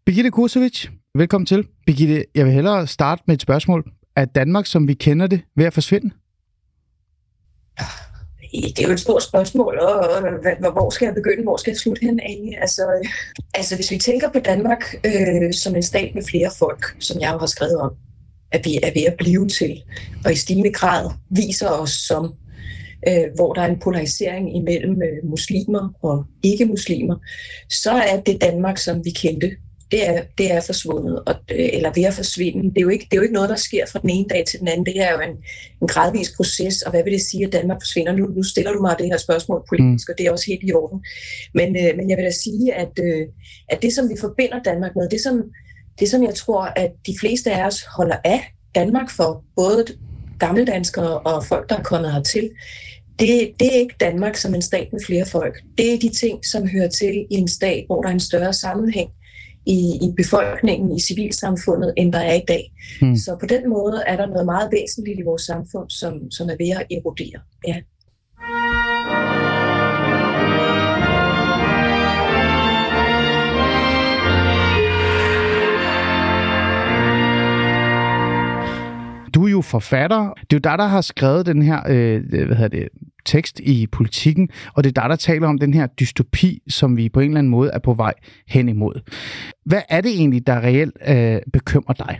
Birgitte Kosovic, velkommen til. Birgitte, jeg vil hellere starte med et spørgsmål. Er Danmark, som vi kender det, ved at forsvinde? Det er jo et stort spørgsmål, og hvor skal jeg begynde, hvor skal jeg slutte hen egentlig? Altså hvis vi tænker på Danmark som en stat med flere folk, som jeg jo har skrevet om, at vi er ved at blive til, og i stigende grad viser os som, hvor der er en polarisering imellem muslimer og ikke-muslimer, så er det Danmark, som vi kendte. Det er forsvundet, eller ved at forsvinde. Det er jo ikke noget, der sker fra den ene dag til den anden. Det er jo en gradvis proces, og hvad vil det sige, at Danmark forsvinder? Nu stiller du mig det her spørgsmål politisk, og det er også helt i orden. Men jeg vil da sige, at det, som vi forbinder Danmark med, det som jeg tror, at de fleste af os holder af Danmark for, både gammeldanskere og folk, der er kommet hertil, det er ikke Danmark som en stat med flere folk. Det er de ting, som hører til i en stat, hvor der er en større sammenhæng i befolkningen, i civilsamfundet, end der er i dag. Så på den måde er der noget meget væsentligt i vores samfund, som er ved at erodere. Ja. Du er jo forfatter. Det er jo dig, der har skrevet den her tekst i Politikken, og det er dig, der taler om den her dystopi, som vi på en eller anden måde er på vej hen imod. Hvad er det egentlig, der reelt bekymrer dig?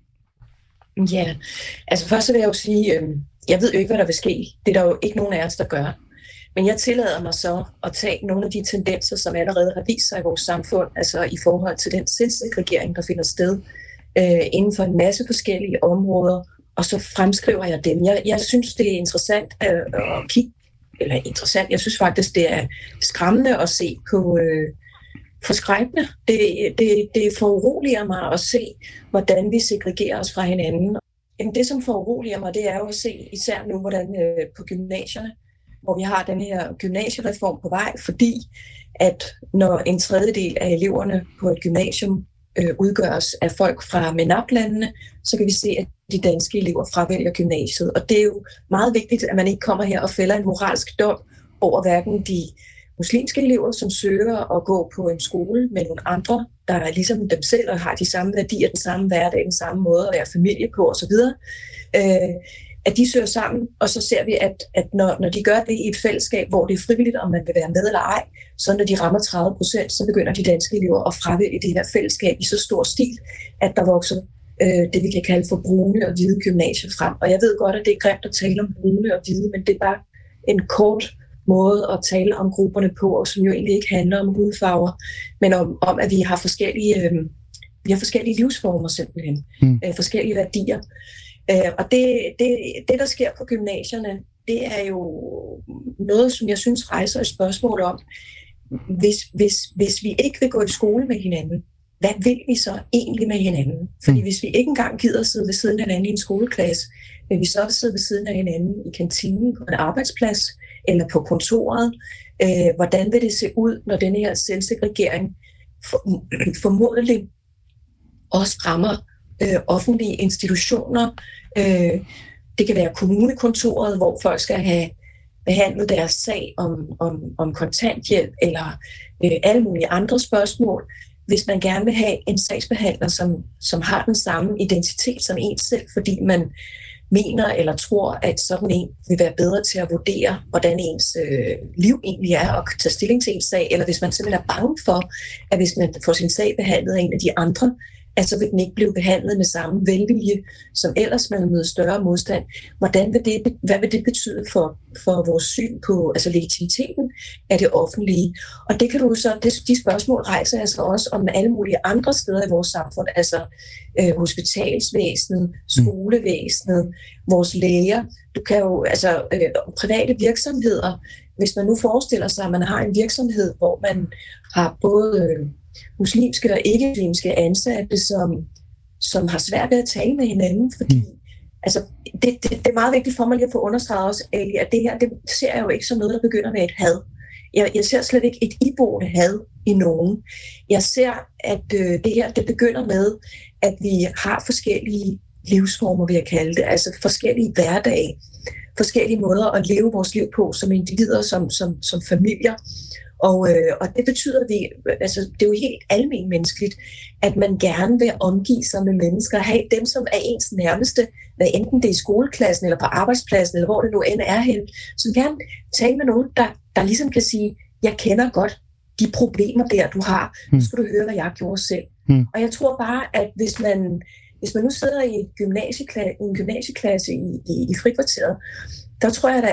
Ja, altså først vil jeg jo sige, jeg ved jo ikke, hvad der vil ske. Det er der jo ikke nogen af os, der gør. Men jeg tillader mig så at tage nogle af de tendenser, som allerede har vist sig i vores samfund, altså i forhold til den segregering, der finder sted inden for en masse forskellige områder, og så fremskriver jeg dem. Jeg synes, det er interessant at kigge, eller interessant, jeg synes faktisk, det er skræmmende at se på forskrækkende. Det foruroliger mig at se, hvordan vi segregerer os fra hinanden. Jamen, det, som foruroliger mig, det er jo at se, især nu, hvordan på gymnasierne, hvor vi har den her gymnasiereform på vej, fordi at når en tredjedel af eleverne på et gymnasium udgøres af folk fra MENAP-landene, så kan vi se, at de danske elever fravælger gymnasiet. Og det er jo meget vigtigt, at man ikke kommer her og fælder en moralsk dom over hverken de muslimske elever, som søger at gå på en skole med nogle andre, der er ligesom dem selv og har de samme værdier, den samme hverdag, den samme måde at være familie på osv., at de søger sammen, og så ser vi, at når de gør det i et fællesskab, hvor det er frivilligt, om man vil være med eller ej, så når de rammer 30%, så begynder de danske elever at fravælge det her fællesskab i så stor stil, at der vokser det, vi kan kalde for brune og hvide gymnasier frem. Og jeg ved godt, at det er grimt at tale om brune og hvide, men det er bare en kort måde at tale om grupperne på, og som jo egentlig ikke handler om hudfarver, men om at vi har forskellige livsformer simpelthen, forskellige værdier. Og det, der sker på gymnasierne, det er jo noget, som jeg synes rejser et spørgsmål om, hvis vi ikke vil gå i skole med hinanden, hvad vil vi så egentlig med hinanden? Fordi hvis vi ikke engang gider sidde ved siden af hinanden i en skoleklasse, vil vi så sidde ved siden af hinanden i kantinen på en arbejdsplads eller på kontoret. Hvordan vil det se ud, når denne her selvsegregering formodentlig også rammer offentlige institutioner? Det kan være kommunekontoret, hvor folk skal have behandlet deres sag om kontanthjælp eller alle mulige andre spørgsmål. Hvis man gerne vil have en sagsbehandler, som har den samme identitet som en selv, fordi man mener eller tror, at sådan en vil være bedre til at vurdere, hvordan ens liv egentlig er, og tage stilling til ens sag, eller hvis man simpelthen er bange for, at hvis man får sin sag behandlet af en af de andre, at så vil den ikke blive behandlet med samme velvilje, som ellers man møder større modstand. Hvad vil det betyde for vores syn på altså legitimiteten af det offentlige? Og det kan du så, de spørgsmål rejser altså også om alle mulige andre steder i vores samfund, altså hospitalsvæsenet, skolevæsenet, vores læger. Du kan jo, private virksomheder, hvis man nu forestiller sig, at man har en virksomhed, hvor man har både muslimske og ikke-muslimske ansatte, som har svært ved at tale med hinanden, fordi det er meget vigtigt for mig lige at få understreget også, at det her, det ser jeg jo ikke som noget, der begynder med et had. Jeg ser slet ikke et iboende had i nogen. Jeg ser, at det her, det begynder med, at vi har forskellige livsformer, vil jeg kalde det, altså forskellige hverdage, forskellige måder at leve vores liv på som individer, som familier. Og det betyder, det er jo helt almen menneskeligt, at man gerne vil omgive sig med mennesker, have dem, som er ens nærmeste, hvad enten det er i skoleklassen, eller på arbejdspladsen, eller hvor det nu end er hen, som gerne tale med nogen, der ligesom kan sige, jeg kender godt de problemer der, du har, nu skal du høre, hvad jeg gjorde selv. Og jeg tror bare, at hvis man nu sidder i en gymnasieklasse i frikvarteret, der tror jeg da,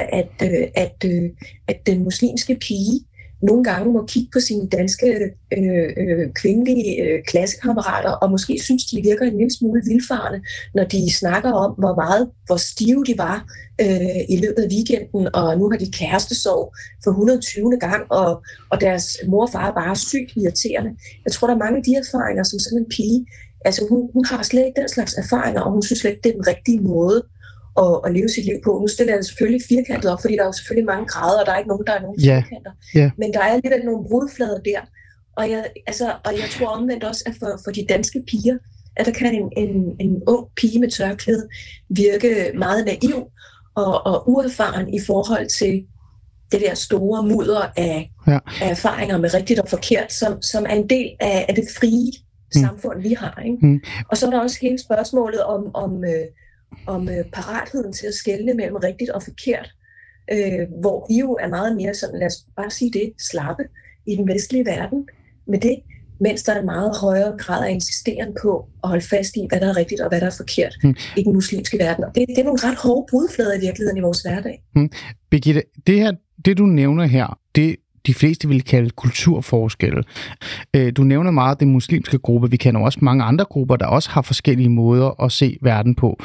at den muslimske pige nogle gange må kigge på sine danske kvindelige klassekammerater, og måske synes, de virker en lille smule vildfarne, når de snakker om, hvor stive de var i løbet af weekenden, og nu har de kærestesorg for 120. gang, og deres mor og far er bare sygt irriterende. Jeg tror, der er mange af de erfaringer, som sådan en pige, altså hun har slet ikke den slags erfaringer, og hun synes slet ikke, det er den rigtige måde at leve sit liv på. Nu stiller jeg det selvfølgelig firkantet op, fordi der er jo selvfølgelig mange grader, og der er ikke nogen, der er nogen firkanter. Men der er alligevel nogle brudflader der. Og jeg tror omvendt også, at for de danske piger, at der kan en ung pige med tørklæde virke meget naiv og uerfaren i forhold til det der store mudder af erfaringer med rigtigt og forkert, som er en del af det frie samfund, vi har. Ikke? Og så er der også hele spørgsmålet om paratheden til at skelne mellem rigtigt og forkert, hvor vi jo er meget mere sådan, lad os bare sige det, slappe i den vestlige verden med det, mens der er en meget højere grad af insisteren på at holde fast i, hvad der er rigtigt og hvad der er forkert i den muslimske verden. Og det er nogle ret hårde brudflader i virkeligheden i vores hverdag. Birgitte, det du nævner her, det de fleste vil kalde kulturforskelle. Du nævner meget den muslimske gruppe. Vi kender også mange andre grupper, der også har forskellige måder at se verden på.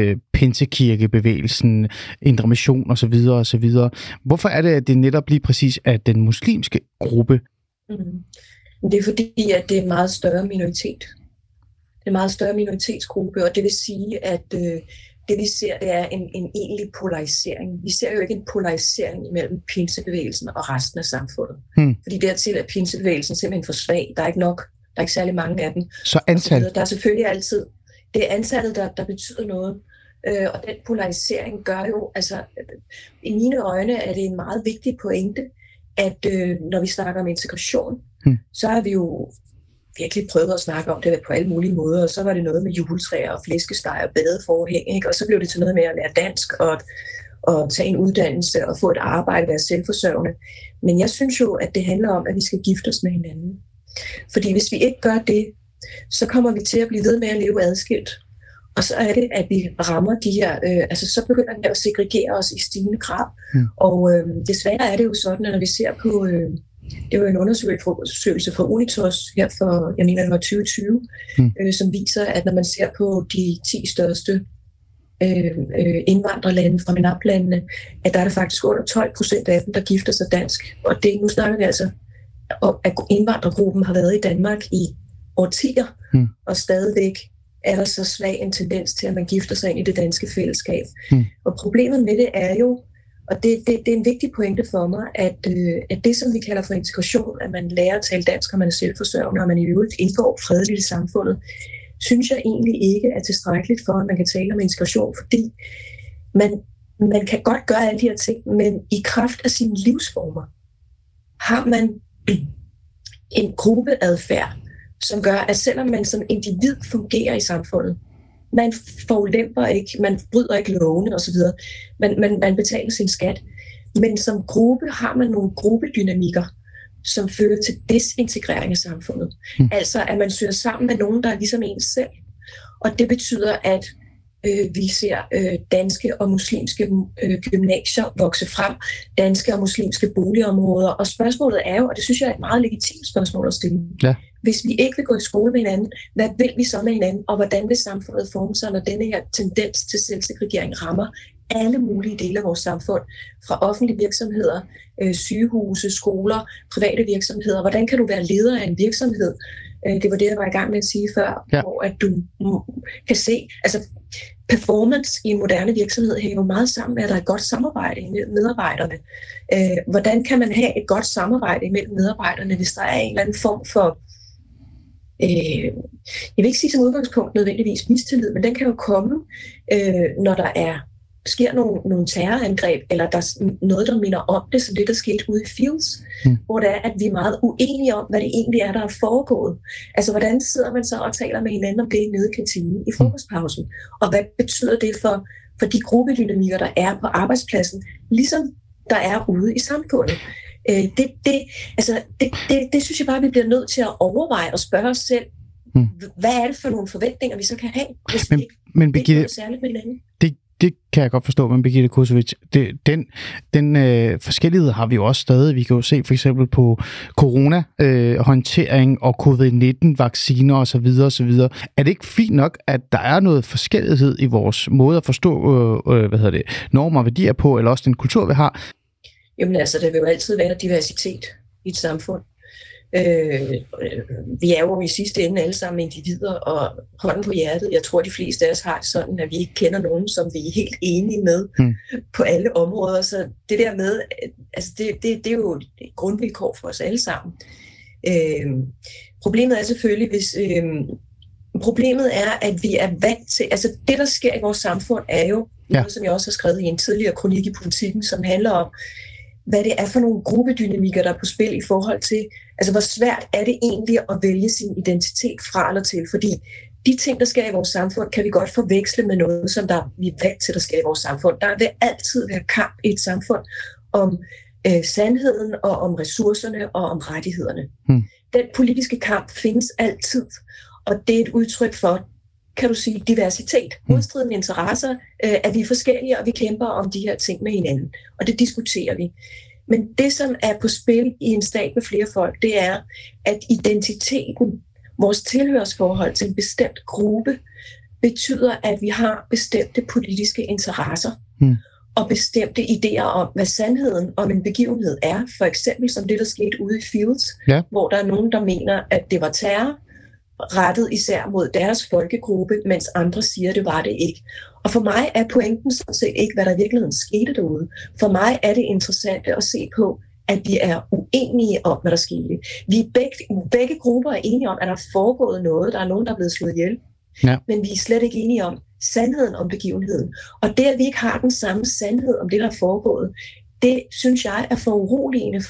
Pinsekirkebevægelsen, Indre Mission osv. osv. Hvorfor er det, at det netop lige præcis er den muslimske gruppe? Det er fordi, at det er en meget større minoritet. Det er en meget større minoritetsgruppe, og det vil sige, at det vi ser, det er en egentlig polarisering. Vi ser jo ikke en polarisering imellem pinsebevægelsen og resten af samfundet. Fordi dertil er pinsebevægelsen simpelthen for svag. Der er ikke nok. Der er ikke særlig mange af dem. Så antal? Der er selvfølgelig altid. Det er antallet, der betyder noget. Og den polarisering gør jo, altså i mine øjne er det en meget vigtig pointe, at når vi snakker om integration, så har vi jo virkelig prøvet at snakke om det på alle mulige måder, og så var det noget med juletræer og flæskesteg og badeforhæng, ikke? Og så blev det til noget med at lære dansk og tage en uddannelse og få et arbejde, være selvforsørgende. Men jeg synes jo, at det handler om, at vi skal gifte os med hinanden. Fordi hvis vi ikke gør det, så kommer vi til at blive ved med at leve adskilt. Og så er det, at vi rammer de her, så begynder det at segregere os i stigende grad. Og desværre er det jo sådan, at når vi ser på, det var en undersøgelse fra Unitos her for, jeg mener det var 2020, som viser, at når man ser på de 10 største indvandrerlande fra MENAP-landene, at der er det faktisk under 12% af dem, der gifter sig dansk. Og det, nu snakker vi altså om, at indvandrergruppen har været i Danmark i årtier, og stadigvæk er der så svag en tendens til, at man gifter sig ind i det danske fællesskab. Og problemet med det er jo, og det er en vigtig pointe for mig, at det, som vi kalder for integration, at man lærer at tale dansk, og man er selvforsørgende, og man i øvrigt indgår fredeligt i samfundet, synes jeg egentlig ikke er tilstrækkeligt for, at man kan tale om integration, fordi man kan godt gøre alle de her ting, men i kraft af sine livsformer har man en gruppeadfærd, som gør, at selvom man som individ fungerer i samfundet, man forulemper ikke, man bryder ikke lovene osv., man betaler sin skat, men som gruppe har man nogle gruppedynamikker, som fører til desintegrering af samfundet. Altså at man søger sammen med nogen, der er ligesom en selv. Og det betyder, at vi ser danske og muslimske gymnasier vokse frem, danske og muslimske boligområder. Og spørgsmålet er jo, og det synes jeg er et meget legitimt spørgsmål at stille. Ja. Hvis vi ikke vil gå i skole med hinanden, hvad vil vi så med hinanden, og hvordan vil samfundet forme sig, når denne her tendens til selvsegregering rammer alle mulige dele af vores samfund, fra offentlige virksomheder, sygehuse, skoler, private virksomheder. Hvordan kan du være leder af en virksomhed? Det var det, jeg var i gang med at sige før, hvor at du kan se, altså performance i en moderne virksomhed hænger meget sammen med, at der er et godt samarbejde mellem medarbejderne. Hvordan kan man have et godt samarbejde mellem medarbejderne, hvis der er en eller anden form for, jeg vil ikke sige som udgangspunkt nødvendigvis mistillid, men den kan jo komme, når der er sker nogle terrorangreb, eller der er noget, der minder om det, som det, der skete ude i Fields, hvor det er, at vi er meget uenige om, hvad det egentlig er, der er foregået. Altså, hvordan sidder man så og taler med hinanden om det nede i kantinen i frokostpausen? Og hvad betyder det for de gruppedynamikker, der er på arbejdspladsen, ligesom der er ude i samfundet? Det synes jeg bare, vi bliver nødt til at overveje og spørge os selv, hvad er det for nogle forventninger, vi så kan have, hvis vi ikke Birgitte, noget særligt med hinanden? Det kan jeg godt forstå, men Birgitte Kosovic, den forskellighed har vi jo også stadig. Vi kan jo se for eksempel på corona-håndtering og covid-19-vacciner osv. Er det ikke fint nok, at der er noget forskellighed i vores måde at forstå normer og værdier på, eller også den kultur, vi har? Jamen altså, der vil jo altid være diversitet i et samfund. Vi er jo i sidste ende alle sammen individer, og hånden på hjertet, jeg tror de fleste af os har sådan, at vi ikke kender nogen, som vi er helt enige med på alle områder, så det der med, altså det er jo et grundvilkår for os alle sammen. Problemet er selvfølgelig, problemet er, at vi er vant til, altså det der sker i vores samfund er jo noget, som jeg også har skrevet i en tidligere kronik i Politikken, som handler om, hvad det er for nogle gruppedynamikker, der er på spil i forhold til, altså hvor svært er det egentlig at vælge sin identitet fra eller til, fordi de ting, der sker i vores samfund, kan vi godt forveksle med noget, som vi er vant til, der sker i vores samfund. Der vil altid være kamp i et samfund om sandheden og om ressourcerne og om rettighederne. Den politiske kamp findes altid, og det er et udtryk for, kan du sige, diversitet, modstridende interesser, at vi er forskellige, og vi kæmper om de her ting med hinanden. Og det diskuterer vi. Men det, som er på spil i en stat med flere folk, det er, at identiteten, vores tilhørsforhold til en bestemt gruppe, betyder, at vi har bestemte politiske interesser og bestemte idéer om, hvad sandheden om en begivenhed er. For eksempel som det, der skete ude i Fields, hvor der er nogen, der mener, at det var terror, rettet især mod deres folkegruppe, mens andre siger, at det var det ikke. Og for mig er pointen sådan set ikke, hvad der i virkeligheden skete derude. For mig er det interessant at se på, at vi er uenige om, hvad der skete. Begge grupper er enige om, at der er foregået noget. Der er nogen, der er blevet slået ihjel. Ja. Men vi er slet ikke enige om sandheden om begivenheden. Og det, at vi ikke har den samme sandhed om det, der er foregået, det synes jeg er for uroligende,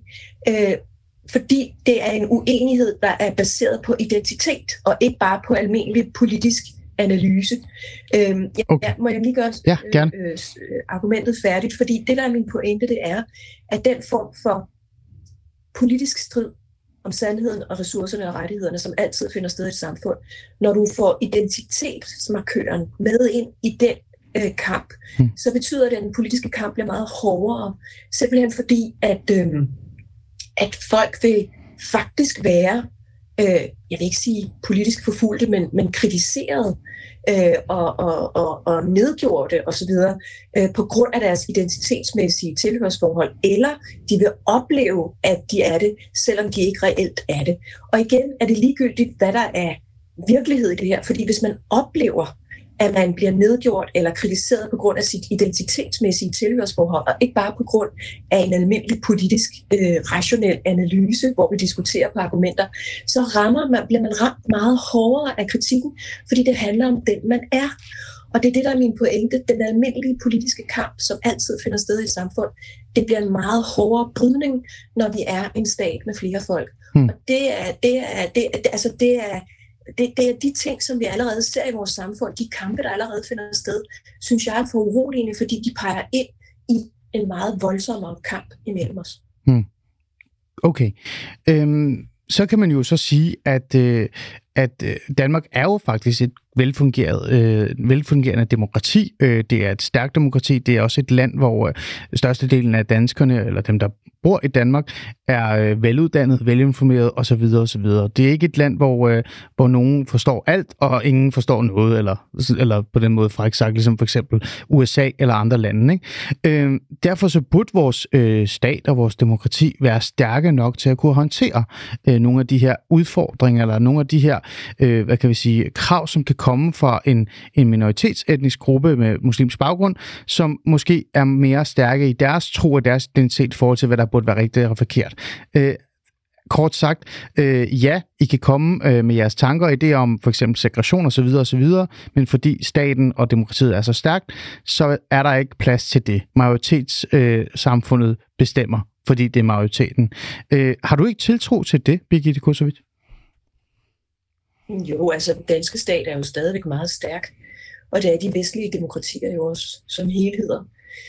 fordi det er en uenighed, der er baseret på identitet, og ikke bare på almindelig politisk analyse. Må jeg lige gøre argumentet færdigt? Fordi det, der er min pointe, det er, at den form for politisk strid om sandheden og ressourcerne og rettighederne, som altid finder sted i et samfund, når du får identitetsmarkøren med ind i den kamp, så betyder det, at den politiske kamp bliver meget hårdere. Simpelthen fordi, at folk vil faktisk være, jeg vil ikke sige politisk forfulgte, men kritiseret og nedgjorte osv. På grund af deres identitetsmæssige tilhørsforhold, eller de vil opleve, at de er det, selvom de ikke reelt er det. Og igen er det ligegyldigt, hvad der er virkelighed i det her, fordi hvis man oplever, at man bliver nedgjort eller kritiseret på grund af sit identitetsmæssige tilhørsforhold, og ikke bare på grund af en almindelig politisk rationel analyse, hvor vi diskuterer på argumenter, så bliver man ramt meget hårdere af kritikken, fordi det handler om den, man er. Og det er det, der er min pointe. Den almindelige politiske kamp, som altid finder sted i et samfund, det bliver en meget hårdere brydning, når vi er en stat med flere folk. Og det er de ting, som vi allerede ser i vores samfund, de kampe, der allerede finder sted, synes jeg er for uroligende, fordi de peger ind i en meget voldsommere kamp imellem os. Okay. Så kan man jo så sige, at Danmark er jo faktisk et velfungerende demokrati. Det er et stærkt demokrati. Det er også et land, hvor størstedelen af danskerne, eller dem, der bor i Danmark, er veluddannet, velinformeret osv. osv. Det er ikke et land, hvor nogen forstår alt, og ingen forstår noget, eller på den måde frækt sagt, ligesom for eksempel USA eller andre lande. Ikke? Derfor så burde vores stat og vores demokrati være stærke nok til at kunne håndtere nogle af de her udfordringer, eller nogle af de her krav, som kan komme fra en minoritetsetnisk gruppe med muslimsk baggrund, som måske er mere stærke i deres tro og deres identitet i forhold til, hvad der burde være rigtigt og forkert. kort sagt, ja, I kan komme med jeres tanker og idéer om for eksempel segregation osv., men fordi staten og demokratiet er så stærkt, så er der ikke plads til det. Majoritetssamfundet bestemmer, fordi det er majoriteten. Har du ikke tiltro til det, Birgitte Kosovic? Jo, altså den danske stat er jo stadigvæk meget stærk, og det er de vestlige demokratier jo også som helheder.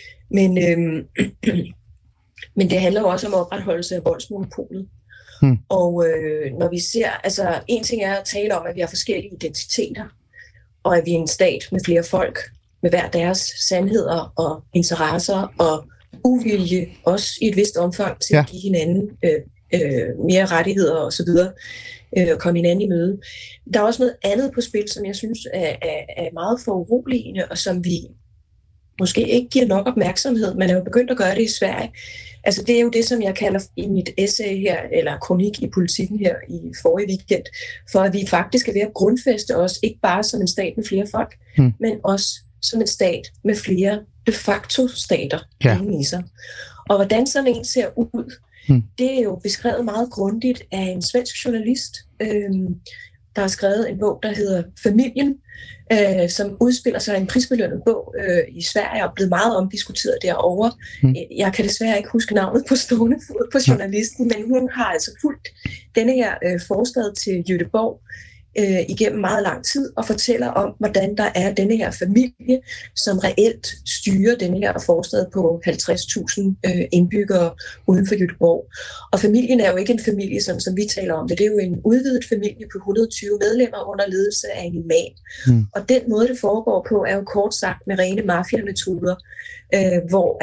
Men det handler jo også om opretholdelse af voldsmonopolet. Og når vi ser, altså en ting er at tale om, at vi har forskellige identiteter, og at vi er en stat med flere folk, med hver deres sandheder og interesser og uvilje, også i et vist omfang til at give hinanden mere rettigheder osv., og komme hinanden i møde. Der er også noget andet på spil, som jeg synes er meget foruroligende, og som vi måske ikke giver nok opmærksomhed, men er jo begyndt at gøre det i Sverige. Altså det er jo det, som jeg kalder i mit essay her, eller kronik i Politikken her i forrige weekend, for at vi faktisk er ved at grundfæste os, ikke bare som en stat med flere folk, men også som en stat med flere de facto stater inde i sig. Og hvordan sådan en ser ud, det er jo beskrevet meget grundigt af en svensk journalist, der har skrevet en bog, der hedder Familien, som udspiller sig en prisbelønnet bog i Sverige og er blevet meget omdiskuteret derovre. Jeg kan desværre ikke huske navnet på stående fod på journalisten, men hun har altså fulgt denne her forstad til Göteborg igennem meget lang tid og fortæller om, hvordan der er denne her familie, som reelt styrer denne her forstad på 50.000 indbyggere uden for Göteborg. Og familien er jo ikke en familie, som vi taler om det. Det er jo en udvidet familie på 120 medlemmer under ledelse af en imam. Og den måde, det foregår på, er jo kort sagt med rene mafiametoder, hvor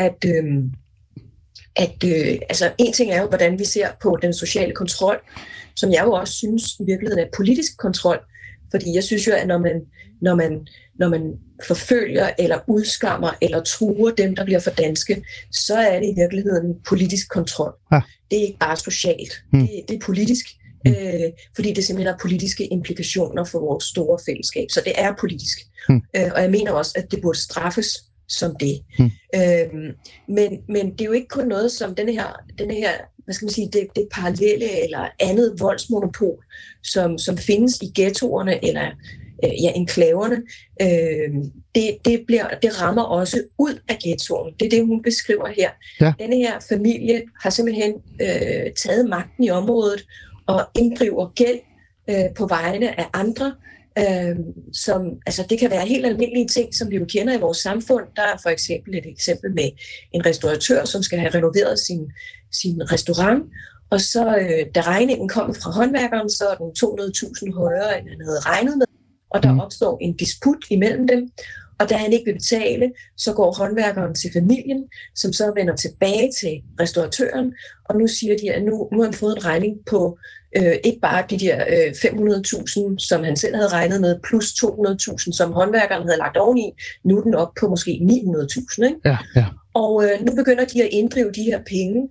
altså en ting er jo, hvordan vi ser på den sociale kontrol, som jeg jo også synes i virkeligheden er politisk kontrol, fordi jeg synes jo, at når man forfølger eller udskammer eller truer dem, der bliver for danske, så er det i virkeligheden politisk kontrol. Ja. Det er ikke bare socialt, det er politisk, fordi det simpelthen har politiske implikationer for vores store fællesskab, så det er politisk. Og jeg mener også, at det burde straffes som det. Men det er jo ikke kun noget som denne her hvad skal man sige, det parallelle eller andet voldsmonopol, som findes i ghettoerne eller enklaverne, det rammer også ud af ghettoen. Det er det, hun beskriver her. Ja. Denne her familie har simpelthen taget magten i området og inddriver gæld på vegne af andre, altså det kan være helt almindelige ting, som vi jo kender i vores samfund. Der er for eksempel et eksempel med en restauratør, som skal have renoveret sin restaurant, og så da regningen kom fra håndværkeren, så er den 200.000 højere, end han havde regnet med, og der opstår en disput imellem dem, og da han ikke vil betale, så går håndværkeren til familien, som så vender tilbage til restauratøren, og nu siger de, at nu har han fået en regning på ikke bare de der 500.000, som han selv havde regnet med, plus 200.000, som håndværkeren havde lagt oveni. Nu er den op på måske 900.000. Ikke? Ja. Og nu begynder de at inddrive de her penge,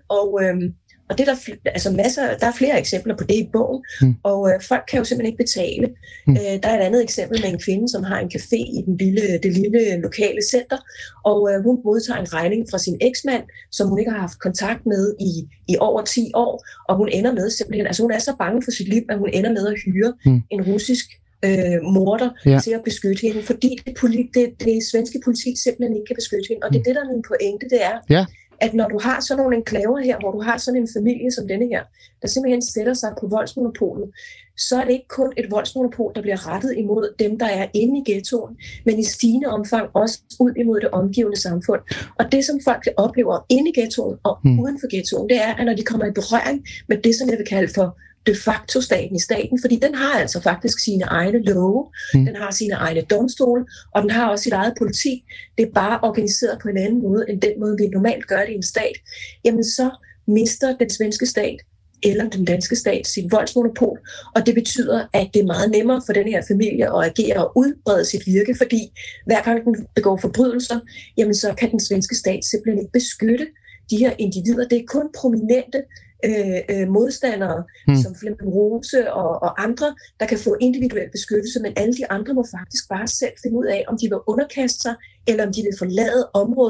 og det er der er flere eksempler på det i bogen, og folk kan jo simpelthen ikke betale. Der er et andet eksempel med en kvinde, som har en café i det lille lokale center, og hun modtager en regning fra sin eksmand, som hun ikke har haft kontakt med i over 10 år, og hun ender med simpelthen, altså hun er så bange for sit liv, at hun ender med at hyre en russisk morder til at beskytte hende, fordi det svenske politi simpelthen ikke kan beskytte hende, og det er det, der er min pointe, det er, at når du har sådan nogle enklaver her, hvor du har sådan en familie som denne her, der simpelthen sætter sig på voldsmonopolet, så er det ikke kun et voldsmonopol, der bliver rettet imod dem, der er inde i ghettoen, men i stigende omfang også ud imod det omgivende samfund. Og det, som folk oplever inde i ghettoen og uden for ghettoen, det er, at når de kommer i berøring med det, som jeg vil kalde for de facto staten i staten, fordi den har altså faktisk sine egne love, den har sine egne domstole, og den har også sit eget politi. Det er bare organiseret på en anden måde, end den måde, vi normalt gør det i en stat. Jamen så mister den svenske stat eller den danske stat sit voldsmonopol, og det betyder, at det er meget nemmere for den her familie at agere og udbrede sit virke, fordi hver gang den begår forbrydelser, jamen så kan den svenske stat simpelthen ikke beskytte de her individer. Det er kun prominente modstandere, som Flemming Rose og andre, der kan få individuel beskyttelse, men alle de andre må faktisk bare selv finde ud af, om de vil underkaste sig, eller om de vil forlade området,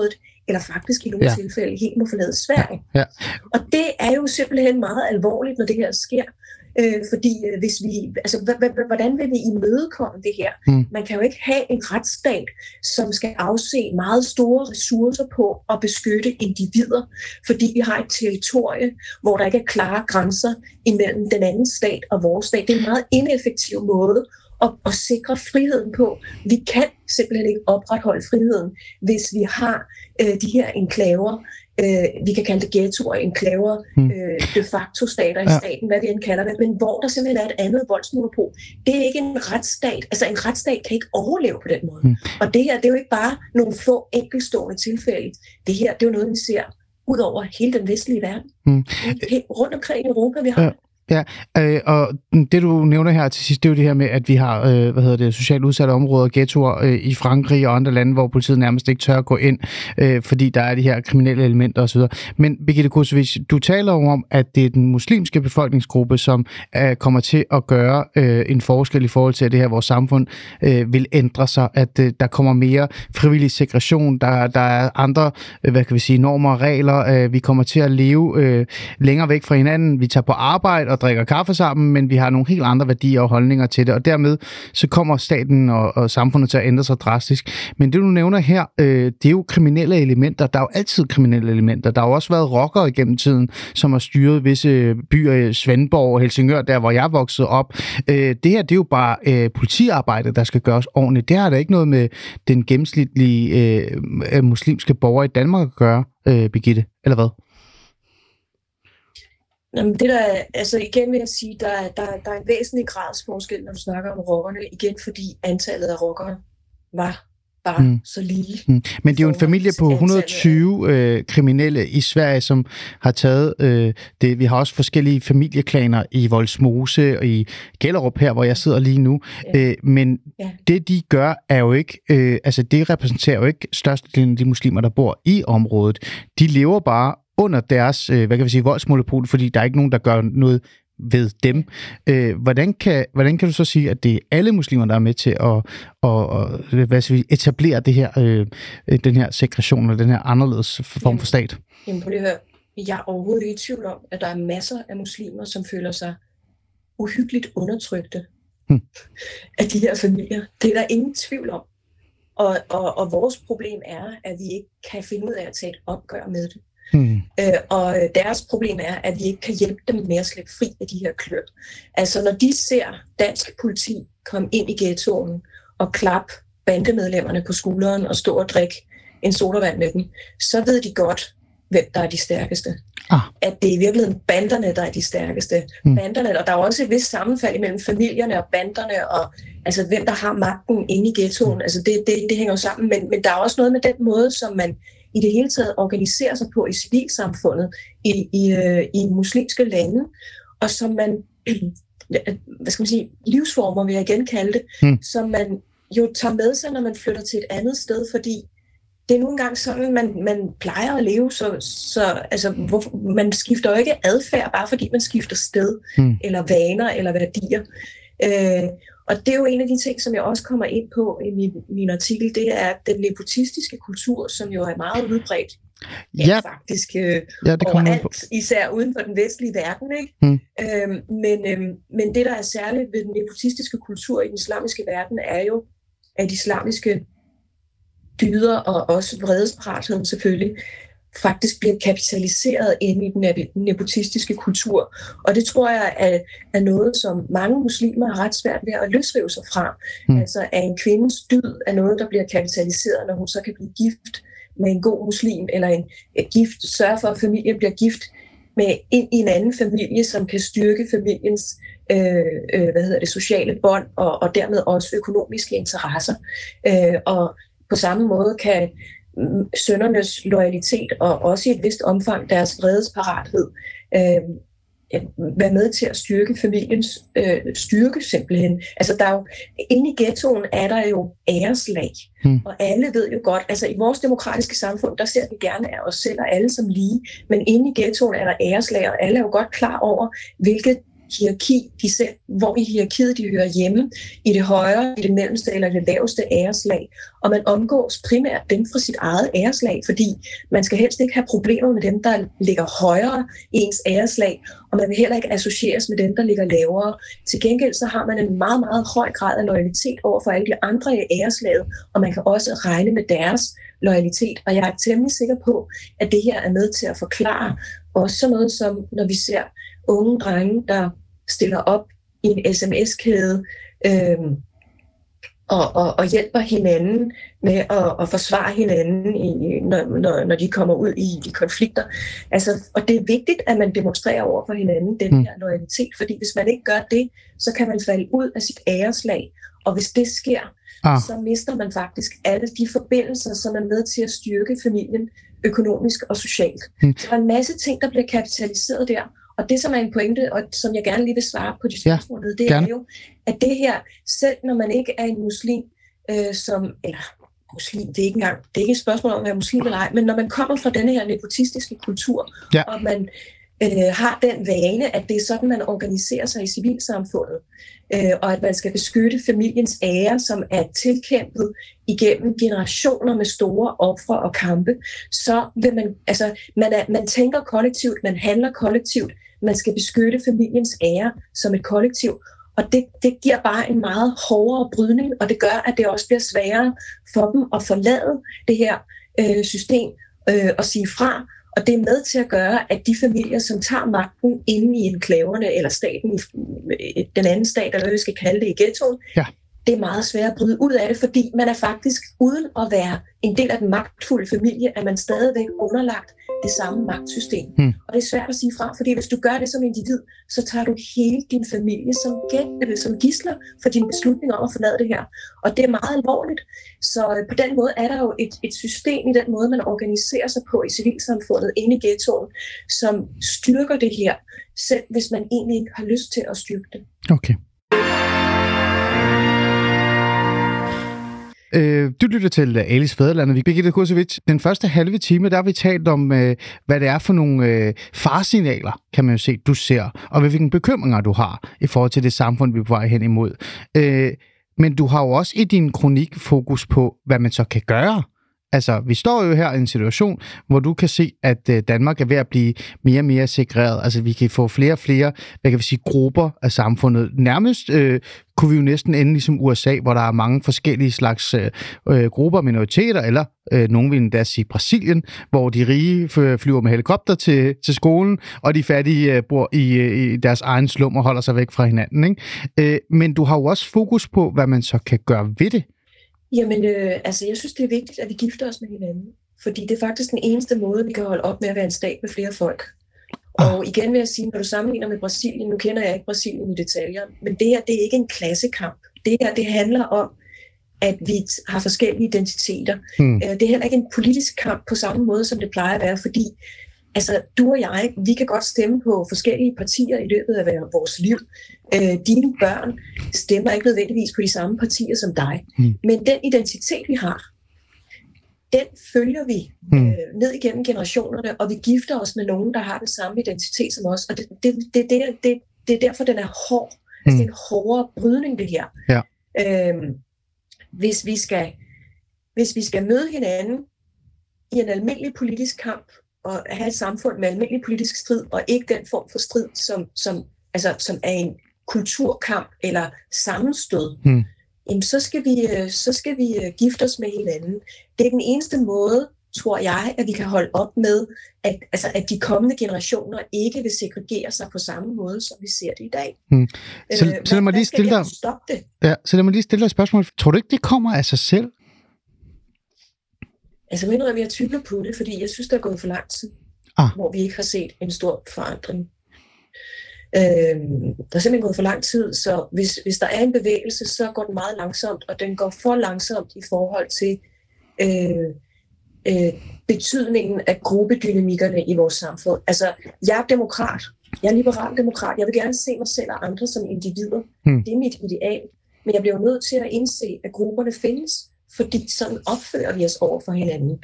eller faktisk i nogle tilfælde helt må forlade Sverige. Ja. Og det er jo simpelthen meget alvorligt, når det her sker. Fordi hvis vi, altså, hvordan vil vi imødekomme det her? Man kan jo ikke have en retsstat, som skal afse meget store ressourcer på at beskytte individer, fordi vi har et territorie, hvor der ikke er klare grænser imellem den anden stat og vores stat. Det er en meget ineffektiv måde at sikre friheden på. Vi kan simpelthen ikke opretholde friheden, hvis vi har de her enklaver. Vi kan kalde det ghettoer, enklaver, de facto stater i staten, hvad vi end kalder det, men hvor der simpelthen er et andet voldsmonopol. Det er ikke en retsstat. Altså en retsstat kan ikke overleve på den måde. Og det her, det er jo ikke bare nogle få enkeltstående tilfælde. Det her, det er jo noget, vi ser ud over hele den vestlige verden. Rundt omkring i Europa, vi har Ja, og det du nævner her til sidst, det er jo det her med, at vi har, socialt udsatte områder, ghettoer i Frankrig og andre lande, hvor politiet nærmest ikke tør at gå ind, fordi der er de her kriminelle elementer osv. Men Birgitte Kosovic, du taler jo om, at det er den muslimske befolkningsgruppe, som kommer til at gøre en forskel i forhold til, at det her vores samfund vil ændre sig, at der kommer mere frivillig segregation, der er andre, normer og regler, vi kommer til at leve længere væk fra hinanden, vi tager på arbejde og drikker kaffe sammen, men vi har nogle helt andre værdier og holdninger til det, og dermed så kommer staten og samfundet til at ændre sig drastisk. Men det, du nævner her, det er jo kriminelle elementer. Der er jo altid kriminelle elementer. Der har jo også været rockere igennem tiden, som har styret visse byer, Svendborg og Helsingør, der hvor jeg voksede op. Det her, det er jo bare politiarbejde, der skal gøres ordentligt. Det har da ikke noget med den gennemsnitlige muslimske borger i Danmark at gøre, Birgitte, eller hvad? Jamen, det der, altså igen vil jeg sige, der er en væsentlig gradsforskel, når du snakker om rockerne, igen fordi antallet af rockere var bare så lille. Men det er jo en familie på 120 kriminelle i Sverige, som har taget det. Vi har også forskellige familieklaner i Vollsmose og i Gellerup her, hvor jeg sidder lige nu. Men det, de gør, er jo ikke, det repræsenterer jo ikke størstedelen af de muslimer, der bor i området. De lever bare under deres, voldsmonopol, fordi der er ikke nogen, der gør noget ved dem. Hvordan kan du så sige, at det er alle muslimer, der er med til at etablere det her, den her segregation eller den her anderledes form for stat? Jamen, prøv lige at høre. Jeg er overhovedet ikke i tvivl om, at der er masser af muslimer, som føler sig uhyggeligt undertrykte af de her familier. Det er der ingen tvivl om. Og vores problem er, at vi ikke kan finde ud af at tage et opgør med det. Og deres problem er, at vi ikke kan hjælpe dem med at slippe fri af de her klør. Altså når de ser dansk politi komme ind i ghettoen og klappe bandemedlemmerne på skulderen og stå og drikke en sodavand med dem, så ved de godt, hvem der er de stærkeste. At det er i virkeligheden banderne, der er de stærkeste. Banderne, og der er også et vist sammenfald mellem familierne og banderne, og altså hvem der har magten inde i ghettoen. Altså det hænger jo sammen, men der er også noget med den måde, som man i det hele taget organiserer sig på i civilsamfundet i muslimske lande, og som man, livsformer vil jeg igen kalde det, som man jo tager med sig, når man flytter til et andet sted, fordi det er nogle gange sådan, man plejer at leve, man skifter jo ikke adfærd, bare fordi man skifter sted, eller vaner, eller værdier. Og det er jo en af de ting, som jeg også kommer ind på i min artikel, det er den nepotistiske kultur, som jo er meget udbredt. Faktisk overalt, især uden for den vestlige verden. Ikke? Men det, der er særligt ved den nepotistiske kultur i den islamiske verden, er jo, at islamiske dyder og også vredesparatheden selvfølgelig faktisk bliver kapitaliseret ind i den nepotistiske kultur. Og det tror jeg er noget, som mange muslimer har ret svært ved at løsrive sig fra. Altså at en kvindes dyd er noget, der bliver kapitaliseret, når hun så kan blive gift med en god muslim, eller en gift, sørge for, at familien bliver gift med en anden familie, som kan styrke familiens sociale bånd, og dermed også økonomiske interesser. Og på samme måde kan sønnernes loyalitet og også i et vist omfang deres vredesparathed være med til at styrke familiens styrke simpelthen. Altså der er jo, inde i ghettoen er der jo æreslag, og alle ved jo godt, altså i vores demokratiske samfund, der ser vi gerne af os selv og alle som lige, men inde i ghettoen er der æreslag, og alle er jo godt klar over, hvilke hierarki, hvor i hierarkiet de hører hjemme, i det højere, i det mellemste eller det laveste æreslag. Og man omgås primært dem fra sit eget æreslag, fordi man skal helst ikke have problemer med dem, der ligger højere i ens æreslag, og man vil heller ikke associeres med dem, der ligger lavere. Til gengæld så har man en meget, meget høj grad af loyalitet over for alle de andre i æreslaget, og man kan også regne med deres loyalitet. Og jeg er temmelig sikker på, at det her er med til at forklare også sådan noget som, når vi ser unge drenge, der stiller op i en sms-kæde og hjælper hinanden med at forsvare hinanden, når de kommer ud i konflikter. Altså, og det er vigtigt, at man demonstrerer over for hinanden den her loyalitet, fordi hvis man ikke gør det, så kan man falde ud af sit æreslag. Og hvis det sker, så mister man faktisk alle de forbindelser, som er med til at styrke familien økonomisk og socialt. Så der er en masse ting, der bliver kapitaliseret der. Og det, som er en pointe, og som jeg gerne lige vil svare på de spørgsmål, det er jo, at det her, selv når man ikke er en muslim, muslim, det er ikke et spørgsmål om at være muslim eller ej, men når man kommer fra denne her nepotistiske kultur, og man har den vane, at det er sådan, man organiserer sig i civilsamfundet, og at man skal beskytte familiens ære, som er tilkæmpet igennem generationer med store ofre og kampe, så vil man tænker kollektivt, man handler kollektivt, man skal beskytte familiens ære som et kollektiv, og det giver bare en meget hårdere brydning, og det gør, at det også bliver sværere for dem at forlade det her system og sige fra. Og det er med til at gøre, at de familier, som tager magten inde i enklaverne eller staten, den anden stat, eller hvad vi skal kalde det, i ghettoen, det er meget svært at bryde ud af det, fordi man er faktisk, uden at være en del af den magtfulde familie, er man stadigvæk underlagt det samme magtsystem. Og det er svært at sige fra, fordi hvis du gør det som individ, så tager du hele din familie som gidsler for din beslutning om at forlade det her. Og det er meget alvorligt. Så på den måde er der jo et system i den måde, man organiserer sig på i civilsamfundet inde i ghettoen, som styrker det her, selv hvis man egentlig ikke har lyst til at styrke det. Okay. Du lytter til Alice Fædrelandet. Birgitte Kosovic, den første halve time, der har vi talt om, hvad det er for nogle faresignaler, kan man jo se, du ser, og hvilke bekymringer du har i forhold til det samfund, vi er på vej hen imod. Men du har jo også i din kronik fokus på, hvad man så kan gøre. Altså, vi står jo her i en situation, hvor du kan se, at Danmark er ved at blive mere og mere segregeret. Altså, vi kan få flere og flere, hvad kan vi sige, grupper af samfundet. Nærmest kunne vi jo næsten ende ligesom USA, hvor der er mange forskellige slags grupper, minoriteter, eller nogen vil endda sige Brasilien, hvor de rige flyver med helikopter til skolen, og de fattige bor i deres egen slum og holder sig væk fra hinanden, ikke? Men du har jo også fokus på, hvad man så kan gøre ved det. Jamen, jeg synes, det er vigtigt, at vi gifter os med hinanden. Fordi det er faktisk den eneste måde, vi kan holde op med at være en stat med flere folk. Og igen vil jeg sige, når du sammenligner med Brasilien, nu kender jeg ikke Brasilien i detaljer, men det her, det er ikke en klassekamp. Det her, det handler om, at vi har forskellige identiteter. Det er heller ikke en politisk kamp på samme måde, som det plejer at være, fordi du og jeg, vi kan godt stemme på forskellige partier i løbet af vores liv. Dine børn stemmer ikke nødvendigvis på de samme partier som dig. Men den identitet, vi har, den følger vi ned igennem generationerne, og vi gifter os med nogen, der har den samme identitet som os. Og det er derfor, den er hård. Altså, det er en hårdere brydning, det her. Ja. Hvis vi skal møde hinanden i en almindelig politisk kamp, og have et samfund med almindelig politisk strid, og ikke den form for strid, som er en kulturkamp eller sammenstød, jamen så skal vi gifte os med hinanden. Det er den eneste måde, tror jeg, at vi kan holde op med, at de kommende generationer ikke vil segregere sig på samme måde, som vi ser det i dag. Så lad mig lige stille dig. Så lad mig lige stille dig et spørgsmål. Tror du ikke, det kommer af sig selv? Altså, jeg tvivler på det, fordi jeg synes, der er gået for lang tid, hvor vi ikke har set en stor forandring. Der er simpelthen gået for lang tid, så hvis der er en bevægelse, så går den meget langsomt, og den går for langsomt i forhold til betydningen af gruppedynamikkerne i vores samfund. Altså, jeg er demokrat. Jeg er liberal demokrat. Jeg vil gerne se mig selv og andre som individer. Det er mit ideal. Men jeg bliver nødt til at indse, at grupperne findes, fordi sådan opfører vi os over for hinanden.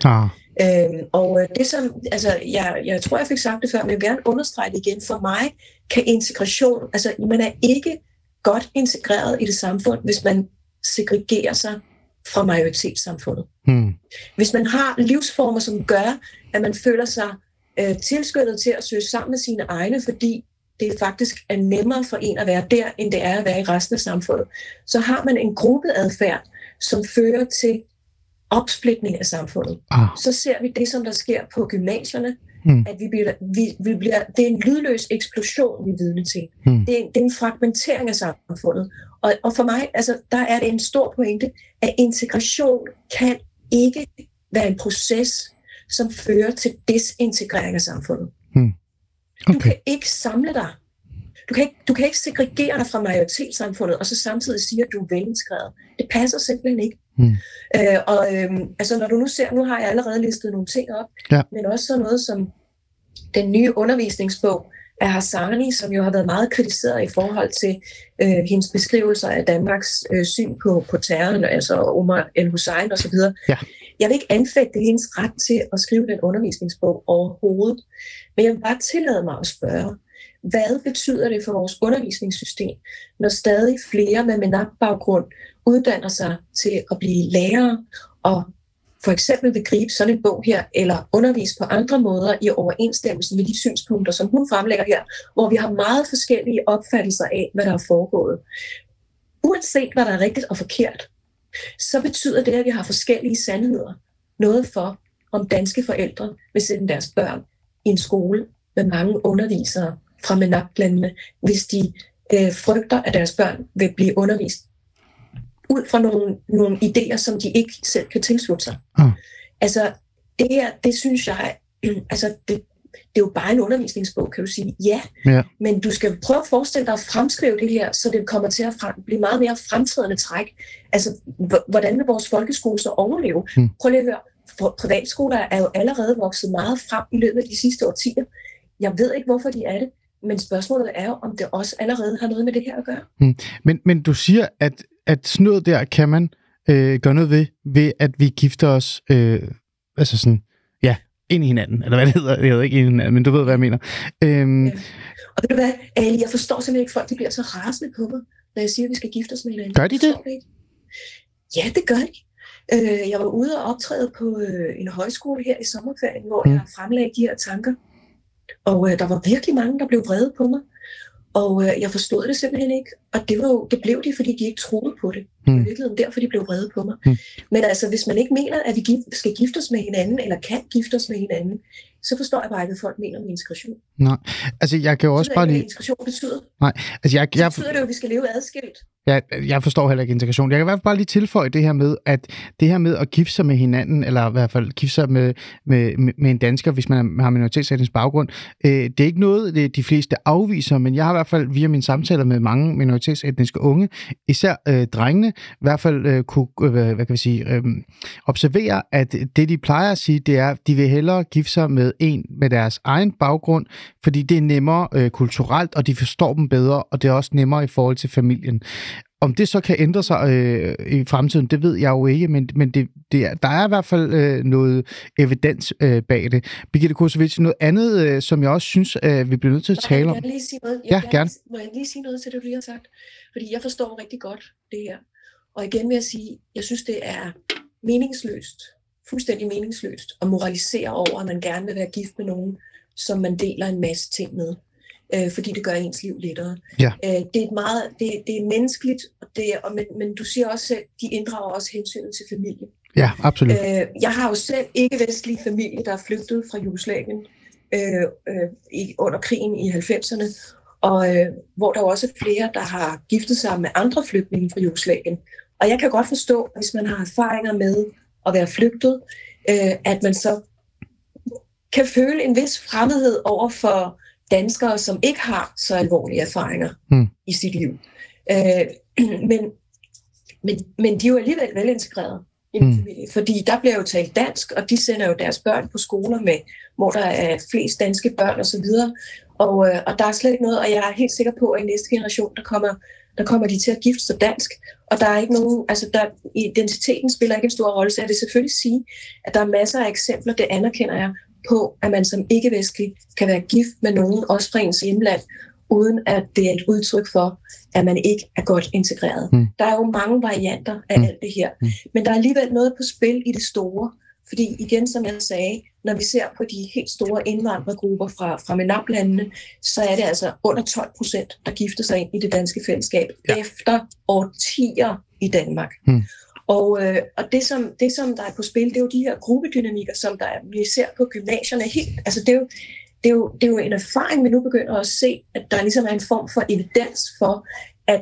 Det som, altså jeg tror, jeg fik sagt det før, men jeg vil gerne understrege det igen. For mig kan integration, altså man er ikke godt integreret i det samfund, hvis man segregerer sig fra majoritetssamfundet. Hvis man har livsformer, som gør, at man føler sig tilskyndet til at søge sammen med sine egne, fordi det faktisk er nemmere for en at være der, end det er at være i resten af samfundet, så har man en gruppeadfærd, som fører til opsplitning af samfundet. Så ser vi det, som der sker på gymnasierne, at vi bliver, det er en lydløs eksplosion, vi er vidne til. Det er en fragmentering af samfundet. Og for mig, altså, der er det en stor pointe, at integration kan ikke være en proces, som fører til desintegrering af samfundet. Okay. Du kan ikke samle dig. Du kan ikke segregere dig fra majoritetssamfundet, og så samtidig sige, at du er velintegreret. Det passer simpelthen ikke. Altså når du nu ser, nu har jeg allerede listet nogle ting op, men også sådan noget som den nye undervisningsbog af Hassani, som jo har været meget kritiseret i forhold til hendes beskrivelser af Danmarks syn på terroren, altså Omar el-Hussein osv. Jeg vil ikke anfægte hendes ret til at skrive den undervisningsbog overhovedet, men jeg vil bare tillade mig at spørge, hvad betyder det for vores undervisningssystem, når stadig flere med MENAP-baggrund uddanner sig til at blive lærere og for eksempel vil gribe sådan en bog her, eller undervise på andre måder i overensstemmelse med de synspunkter, som hun fremlægger her, hvor vi har meget forskellige opfattelser af, hvad der er foregået. Uanset hvad der er rigtigt og forkert, så betyder det, at vi har forskellige sandheder. Noget for, om danske forældre vil sende deres børn i en skole med mange undervisere fra MENAP-landene, hvis de frygter, at deres børn vil blive undervist ud fra nogle idéer, som de ikke selv kan tilslutte sig. Altså, det her, det synes jeg, altså, det er jo bare en undervisningsbog, kan du sige. Ja. Men du skal prøve at forestille dig at fremskrive det her, så det kommer til at blive meget mere fremtrædende træk. Altså, hvordan vil vores folkeskole så overleve? Prøv lige at høre, privatskoler er jo allerede vokset meget frem i løbet af de sidste årtier. Jeg ved ikke, hvorfor de er det, men spørgsmålet er jo, om det også allerede har noget med det her at gøre. Men du siger, at sådan noget der kan man gøre noget ved at vi gifter os, altså sådan, ind i hinanden, eller hvad det hedder. Jeg ved ikke ind i hinanden, men du ved, hvad jeg mener. Og ved du hvad, Ali, jeg forstår simpelthen ikke, folk de bliver så rasende på mig, når jeg siger, at vi skal gifte os med hinanden. Gør de det? Ja, det gør de. Jeg var ude og optræde på en højskole her i sommerferien, hvor jeg fremlagde de her tanker. Og der var virkelig mange, der blev vrede på mig. Og jeg forstod det simpelthen ikke. Og det blev de, fordi de ikke troede på det. Det var virkelig derfor, de blev vrede på mig. Men altså, hvis man ikke mener, at vi skal gifte os med hinanden, eller kan gifte os med hinanden, så forstår jeg bare ikke, hvad folk mener med integration. Nej, altså jeg kan jo også bare lige... integration betyder. Nej, altså det betyder det jo, at vi skal leve adskilt. Ja, jeg forstår heller ikke integration. Jeg kan i hvert fald bare lige tilføje det her med, at det her med at gifte sig med hinanden, eller i hvert fald gifte sig med en dansker, hvis man har minoritetsetnisk baggrund, det er ikke noget, de fleste afviser, men jeg har i hvert fald via mine samtaler med mange minoritetsetniske unge, især drengene, i hvert fald kunne, hvad kan vi sige, observere, at det de plejer at sige, det er, at de vil hellere gifte sig med en med deres egen baggrund, fordi det er nemmere kulturelt, og de forstår dem bedre, og det er også nemmere i forhold til familien. Om det så kan ændre sig i fremtiden, det ved jeg jo ikke, men der er i hvert fald noget evidens bag det. Birgitte Kosovic, noget andet, som jeg også synes, vi bliver nødt til at tale om. Jeg lige sige noget? Gerne. Må jeg lige sige noget til det, du lige har sagt? Fordi jeg forstår rigtig godt det her. Og igen vil jeg sige, jeg synes, det er meningsløst, fuldstændig meningsløst, at moralisere over, at man gerne vil være gift med nogen, som man deler en masse ting med. Fordi det gør ens liv lettere. Ja. Det er menneskeligt, men du siger også selv, de inddrager også hensynet til familie. Ja, absolut. Jeg har jo selv ikke-vestlig familie, der er flygtet fra Jugoslavien under krigen i 90'erne, og hvor der også er flere, der har giftet sig med andre flygtninge fra Jugoslavien. Og jeg kan godt forstå, hvis man har erfaringer med at være flygtet, at man så kan føle en vis fremmedhed over for danskere, som ikke har så alvorlige erfaringer i sit liv. Men de er jo alligevel velintegreret i min familie, fordi der bliver jo talt dansk, og de sender jo deres børn på skoler med, hvor der er flest danske børn osv. Og der er slet ikke noget, og jeg er helt sikker på, at i næste generation, der kommer der kommer de til at gifte sig dansk, og der er ikke nogen, identiteten spiller ikke en stor rolle, så jeg vil selvfølgelig sige, at der er masser af eksempler, det anerkender jeg, på, at man som ikke-vestlig kan være gift med nogen, også fra ens hjemland, uden at det er et udtryk for, at man ikke er godt integreret. Der er jo mange varianter af alt det her, men der er alligevel noget på spil i det store, fordi igen, som jeg sagde, når vi ser på de helt store indvandrergrupper fra MENAP-landene, så er det altså under 12%, der gifter sig ind i det danske fællesskab efter årtier i Danmark. Og det, som der er på spil, det er jo de her gruppedynamikker, som vi ser på gymnasierne helt. Altså det er jo en erfaring, vi nu begynder at se, at der ligesom er en form for evidens for, at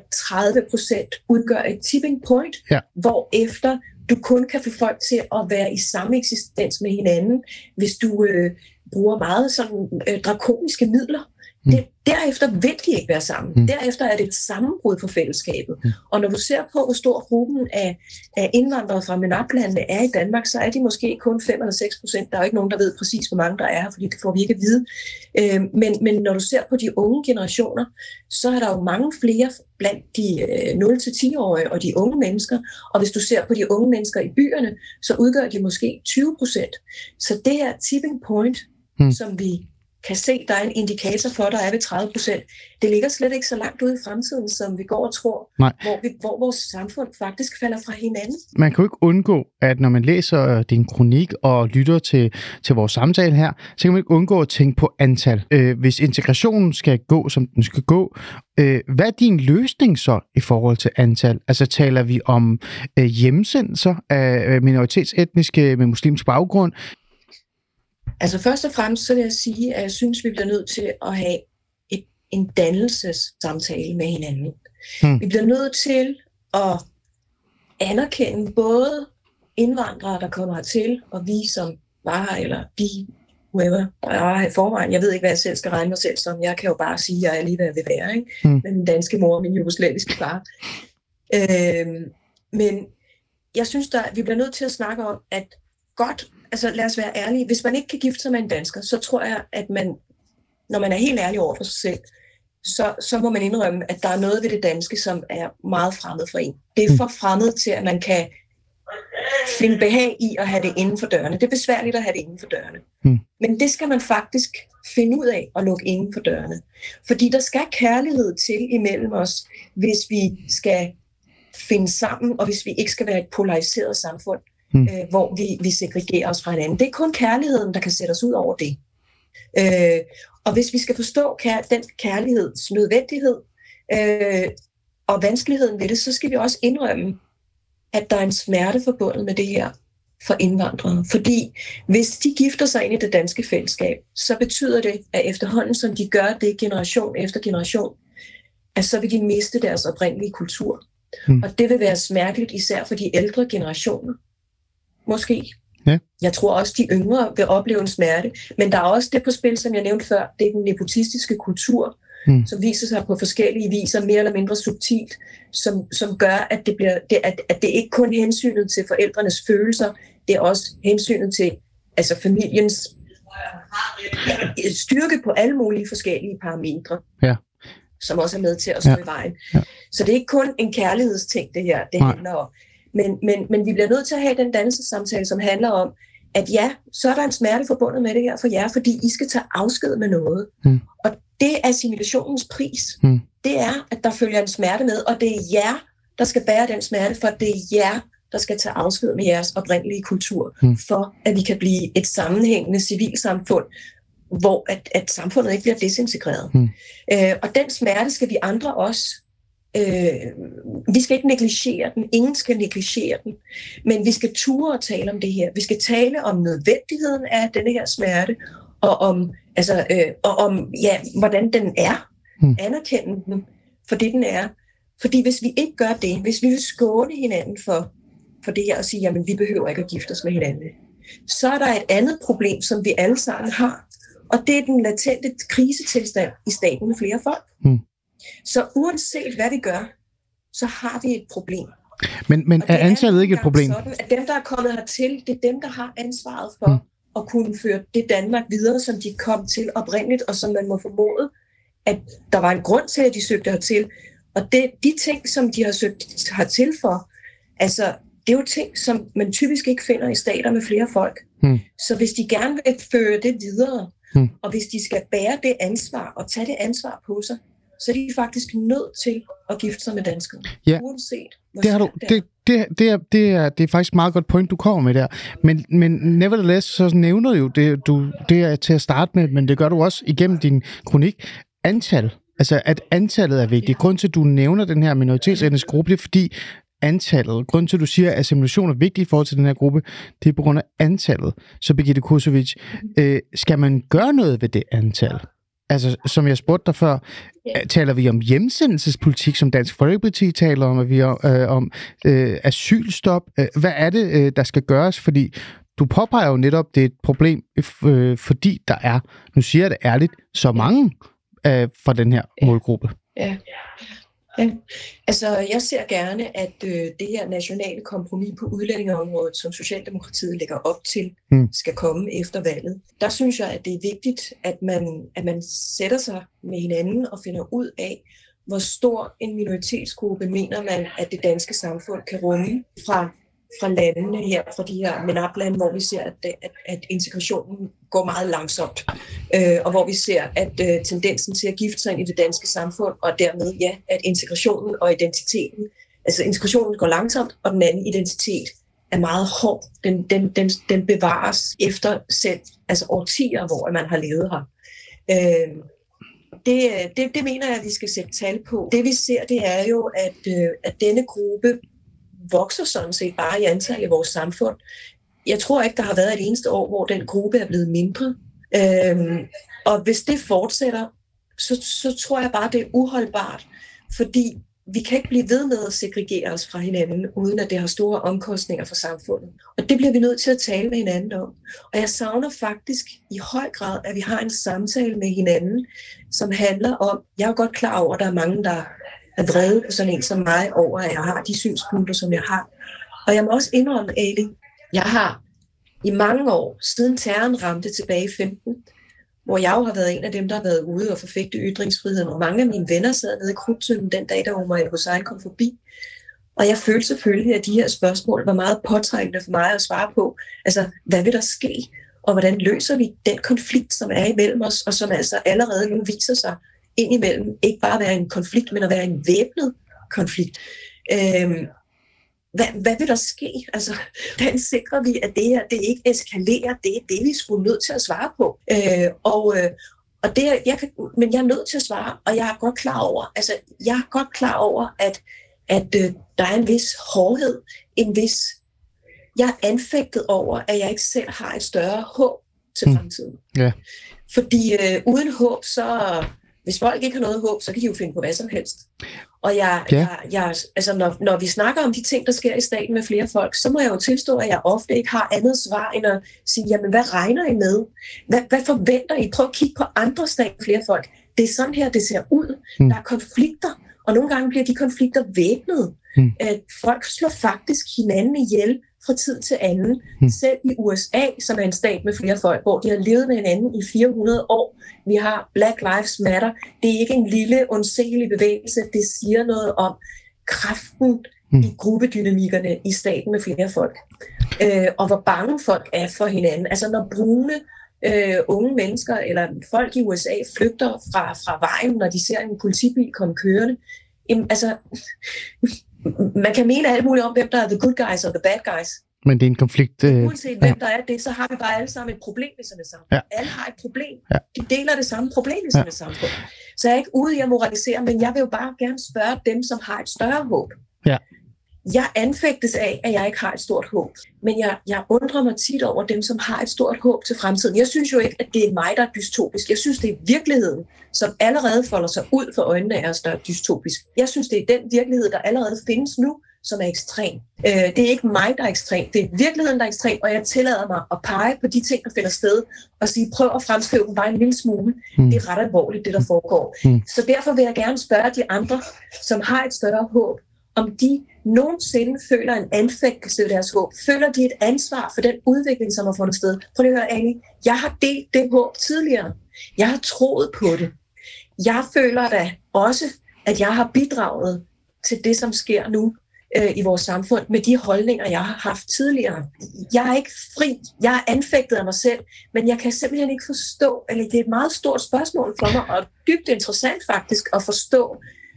30% udgør et tipping point, hvor efter du kun kan få folk til at være i samme eksistens med hinanden, hvis du bruger meget sådan drakoniske midler. Derefter vil de ikke være sammen. Derefter er det et sammenbrud for fællesskabet. Og når du ser på, hvor stor gruppen af indvandrere fra MENAP-landene er i Danmark, så er de måske kun 5 eller 6%. Der er jo ikke nogen, der ved præcis, hvor mange der er, fordi det får vi ikke at vide. Men når du ser på de unge generationer, så er der jo mange flere blandt de 0-10-årige og de unge mennesker. Og hvis du ser på de unge mennesker i byerne, så udgør de måske 20%. Så det her tipping point, som vi kan se, der er en indikator for, der er ved 30%. Det ligger slet ikke så langt ude i fremtiden, som vi går og tror, hvor vores samfund faktisk falder fra hinanden. Man kan jo ikke undgå, at når man læser din kronik og lytter til vores samtale her, så kan man ikke undgå at tænke på antal. Hvis integrationen skal gå, som den skal gå, hvad er din løsning så i forhold til antal? Altså taler vi om hjemsendelser af minoritetsetniske med muslimsk baggrund? Altså først og fremmest så vil jeg sige, at jeg synes, vi bliver nødt til at have en dannelsessamtale med hinanden. Vi bliver nødt til at anerkende både indvandrere, der kommer hertil, og vi som var her, eller de, whoever, der er her i forvejen. Jeg ved ikke, hvad jeg selv skal regne mig selv som. Jeg kan jo bare sige, at jeg er lige hvad jeg vil være, ikke? Med min danske mor og min jugoslaviske far. Men jeg synes, vi bliver nødt til at snakke om, at godt, altså lad os være ærlige, hvis man ikke kan gifte sig med en dansker, så tror jeg, at man, når man er helt ærlig over for sig selv, så må man indrømme, at der er noget ved det danske, som er meget fremmed for en. Det er for fremmed til, at man kan finde behag i at have det inden for dørene. Det er besværligt at have det inden for dørene. Men det skal man faktisk finde ud af at lukke inden for dørene. Fordi der skal kærlighed til imellem os, hvis vi skal finde sammen, og hvis vi ikke skal være et polariseret samfund, hvor vi segregerer os fra hinanden. Det er kun kærligheden, der kan sætte os ud over det. Og hvis vi skal forstå den kærligheds nødvendighed og vanskeligheden ved det, så skal vi også indrømme, at der er en smerte forbundet med det her for indvandrere. Fordi hvis de gifter sig ind i det danske fællesskab, så betyder det, at efterhånden som de gør det generation efter generation, at så vil de miste deres oprindelige kultur. Og det vil være smerteligt især for de ældre generationer. Måske. Ja. Jeg tror også, de yngre vil opleve en smerte. Men der er også det på spil, som jeg nævnte før, det er den nepotistiske kultur, som viser sig på forskellige viser, mere eller mindre subtilt, som gør, at det ikke kun er hensynet til forældrenes følelser, det er også hensynet til altså familiens styrke på alle mulige forskellige parametre, som også er med til at stå i vejen. Ja. Så det er ikke kun en kærlighedsting, det her, det handler om. Men vi bliver nødt til at have den dannelsessamtale, som handler om, at ja, så er der en smerte forbundet med det her for jer, fordi I skal tage afsked med noget. Og det er assimilationens pris. Det er, at der følger en smerte med, og det er jer, der skal bære den smerte, for det er jer, der skal tage afsked med jeres oprindelige kultur, for at vi kan blive et sammenhængende civilsamfund, hvor at samfundet ikke bliver desintegreret. Og den smerte skal vi andre også. Vi skal ikke negligere den. Ingen skal negligere den. Men vi skal ture og tale om det her. Vi skal tale om nødvendigheden af denne her smerte, og om hvordan den er. Anerkende den for det, den er. Fordi hvis vi ikke gør det, hvis vi vil skåne hinanden for det her og sige, jamen vi behøver ikke at gifte os med hinanden, så er der et andet problem, som vi alle sammen har. Og det er den latente krisetilstand i staten med flere folk. Så uanset hvad vi gør, så har vi et problem. Men er antallet ikke et problem? Sådan, at dem, der er kommet hertil, det er dem, der har ansvaret for at kunne føre det Danmark videre, som de kom til oprindeligt, og som man må formode, at der var en grund til, at de søgte hertil. Og de ting, som de har søgt hertil for, altså, det er jo ting, som man typisk ikke finder i stater med flere folk. Så hvis de gerne vil føre det videre, og hvis de skal bære det ansvar og tage det ansvar på sig, så er de faktisk nødt til at gifte sig med danskere. Ja. Uanset hvor det har du, det er faktisk meget godt point, du kommer med der. Men nevertheless, så nævner jo det er til at starte med, men det gør du også igennem din kronik. Antal. Altså, at antallet er vigtigt. Grund til, at du nævner den her minoritetsetniske gruppe, det er fordi antallet. Grund til, at du siger, at assimilation er vigtig i forhold til den her gruppe, det er på grund af antallet. Så Birgitte Kosovic, skal man gøre noget ved det antal? Altså, som jeg spurgte dig før, taler vi om hjemsendelsespolitik, som Dansk Folkeparti taler om, at vi om asylstop? Hvad er det, der skal gøres? Fordi du påpeger jo netop, det er et problem, fordi der er, nu siger jeg det ærligt, så mange fra den her målgruppe. Ja. Altså, jeg ser gerne, at det her nationale kompromis på udlændingeområdet, som Socialdemokratiet lægger op til, skal komme efter valget. Der synes jeg, at det er vigtigt, at man sætter sig med hinanden og finder ud af, hvor stor en minoritetsgruppe mener man, at det danske samfund kan rumme fra landene her, fra de her MENAP-lande, hvor vi ser, at integrationen går meget langsomt, og hvor vi ser, at tendensen til at gifte sig ind i det danske samfund, og dermed, at integrationen og identiteten, altså integrationen går langsomt, og den anden identitet er meget hård. Den bevares efter selv, altså årtier, hvor man har levet her. Det mener jeg, at vi skal sætte tal på. Det vi ser, det er jo, at denne gruppe vokser sådan set bare i antal i vores samfund. Jeg tror ikke, der har været et eneste år, hvor den gruppe er blevet mindre. Og hvis det fortsætter, så tror jeg bare, det er uholdbart, fordi vi kan ikke blive ved med at segregere os fra hinanden, uden at det har store omkostninger for samfundet. Og det bliver vi nødt til at tale med hinanden om. Og jeg savner faktisk i høj grad, at vi har en samtale med hinanden, som handler om, jeg er godt klar over, at der er mange, der er vrede på sådan en som mig over, at jeg har de synspunkter, som jeg har. Og jeg må også indrømme, Ali, jeg har i mange år, siden terroren ramte tilbage i 15, hvor jeg jo har været en af dem, der har været ude og forfægte ytringsfriheden, og mange af mine venner sad nede i Krudttønden den dag, da Omar El-Hussein kom forbi. Og jeg følte selvfølgelig, at de her spørgsmål var meget påtrængende for mig at svare på. Altså, hvad vil der ske? Og hvordan løser vi den konflikt, som er imellem os, og som altså allerede nu viser sig indimellem ikke bare at være en konflikt, men at være en væbnet konflikt. Hvad vil der ske? Altså, hvordan sikrer vi, at det her det ikke eskalerer? Det er det, vi skulle nødt til at svare på. Og det, men jeg er nødt til at svare, og jeg er godt klar over, at der er en vis hårdhed, jeg er anfægtet over, at jeg ikke selv har et større håb til fremtiden. Ja. Fordi uden håb, så hvis folk ikke har noget håb, så kan de jo finde på hvad som helst. Og altså, når vi snakker om de ting, der sker i staten med flere folk, så må jeg jo tilstå, at jeg ofte ikke har andet svar, end at sige, jamen hvad regner I med? Hvad forventer I? Prøv at kigge på andre stater med flere folk. Det er sådan her, det ser ud. Der er konflikter, og nogle gange bliver de konflikter væbnet. Folk slår faktisk hinanden ihjel fra tid til anden. Selv i USA, som er en stat med flere folk, hvor de har levet med hinanden i 400 år. Vi har Black Lives Matter. Det er ikke en lille, undselig bevægelse. Det siger noget om kraften i gruppedynamikkerne i staten med flere folk. Og hvor bange folk er for hinanden. Altså når brune unge mennesker eller folk i USA flygter fra vejen, når de ser en politibil komme kørende. Altså, man kan mene alt muligt om, hvem der er the good guys og the bad guys. Men det er en konflikt. Uanset hvem der er det, så har vi bare alle sammen et problem i sådan et samfund. Ja. Alle har et problem. Ja. De deler det samme problem i sådan et samfund. Så jeg er ikke ude i at moralisere, men jeg vil jo bare gerne spørge dem, som har et større håb. Ja. Jeg anfægtes af, at jeg ikke har et stort håb. Men jeg undrer mig tit over dem, som har et stort håb til fremtiden. Jeg synes jo ikke, at det er mig, der er dystopisk. Jeg synes, det er virkeligheden, som allerede folder sig ud for øjnene af os, der er dystopisk. Jeg synes, det er den virkelighed, der allerede findes nu, som er ekstrem. Det er ikke mig, der er ekstrem. Det er virkeligheden, der er ekstrem, og jeg tillader mig at pege på de ting, der finder sted, og sige, prøv at fremskrive dem bare en lille smule. Det er ret alvorligt, det der foregår. Så derfor vil jeg gerne spørge de andre, som har et større håb, om de nogensinde føler en anfægtelse ved deres håb. Føler de et ansvar for den udvikling, som har fundet sted? Prøv lige at høre, Annie. Jeg har delt det håb tidligere. Jeg har troet på det. Jeg føler da også, at jeg har bidraget til det, som sker nu i vores samfund, med de holdninger, jeg har haft tidligere. Jeg er ikke fri, jeg er anfægtet af mig selv, men jeg kan simpelthen ikke forstå, eller det er et meget stort spørgsmål for mig, og dybt interessant faktisk at forstå,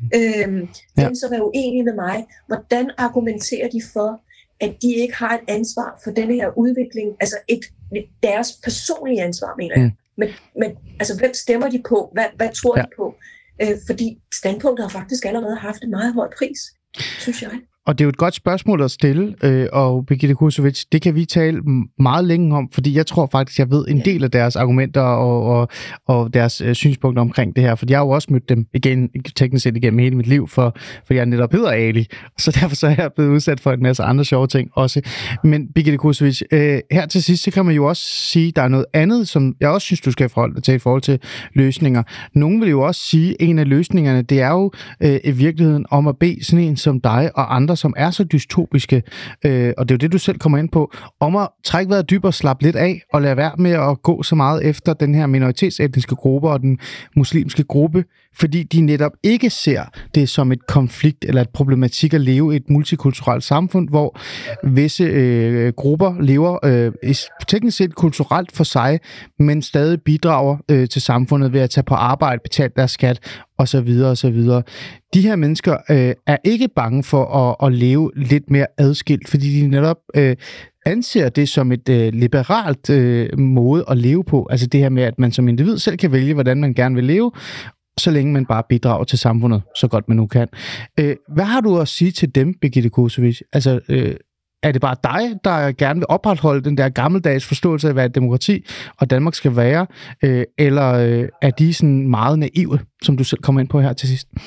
dem som er uenige med mig, hvordan argumenterer de for, at de ikke har et ansvar for denne her udvikling, altså deres personlige ansvar, mener jeg. Men altså, hvem stemmer de på? Hvad tror de på? Fordi standpunktet har faktisk allerede haft en meget høj pris, synes jeg. Og det er jo et godt spørgsmål at stille, og Birgitte Kosovic, det kan vi tale meget længe om, fordi jeg tror faktisk, jeg ved en del af deres argumenter og deres synspunkter omkring det her, for jeg har jo også mødt dem igen, teknisk set igennem hele mit liv, for jeg netop hedder Ali, så derfor så er jeg blevet udsat for en masse andre sjove ting også. Men Birgitte Kosovic, her til sidst, så kan man jo også sige, at der er noget andet, som jeg også synes, du skal forholde dig til i forhold til løsninger. Nogle vil jo også sige, at en af løsningerne, det er jo i virkeligheden om at bede sådan en som dig og andre, som er så dystopiske, og det er jo det, du selv kommer ind på, om at trække vejret dybere, slappe lidt af, og lade være med at gå så meget efter den her minoritetsetniske gruppe og den muslimske gruppe, fordi de netop ikke ser det som et konflikt eller et problematik at leve i et multikulturelt samfund, hvor visse grupper lever teknisk set kulturelt for sig, men stadig bidrager til samfundet ved at tage på arbejde, betale deres skat osv. osv. De her mennesker er ikke bange for at leve lidt mere adskilt, fordi de netop anser det som et liberalt måde at leve på. Altså det her med, at man som individ selv kan vælge, hvordan man gerne vil leve, så længe man bare bidrager til samfundet, så godt man nu kan. Hvad har du at sige til dem, Birgitte Kosovic? Altså, er det bare dig, der gerne vil opretholde den der gammeldags forståelse af, hvad et demokrati og Danmark skal være, eller er de sådan meget naive, som du selv kommer ind på her til sidst?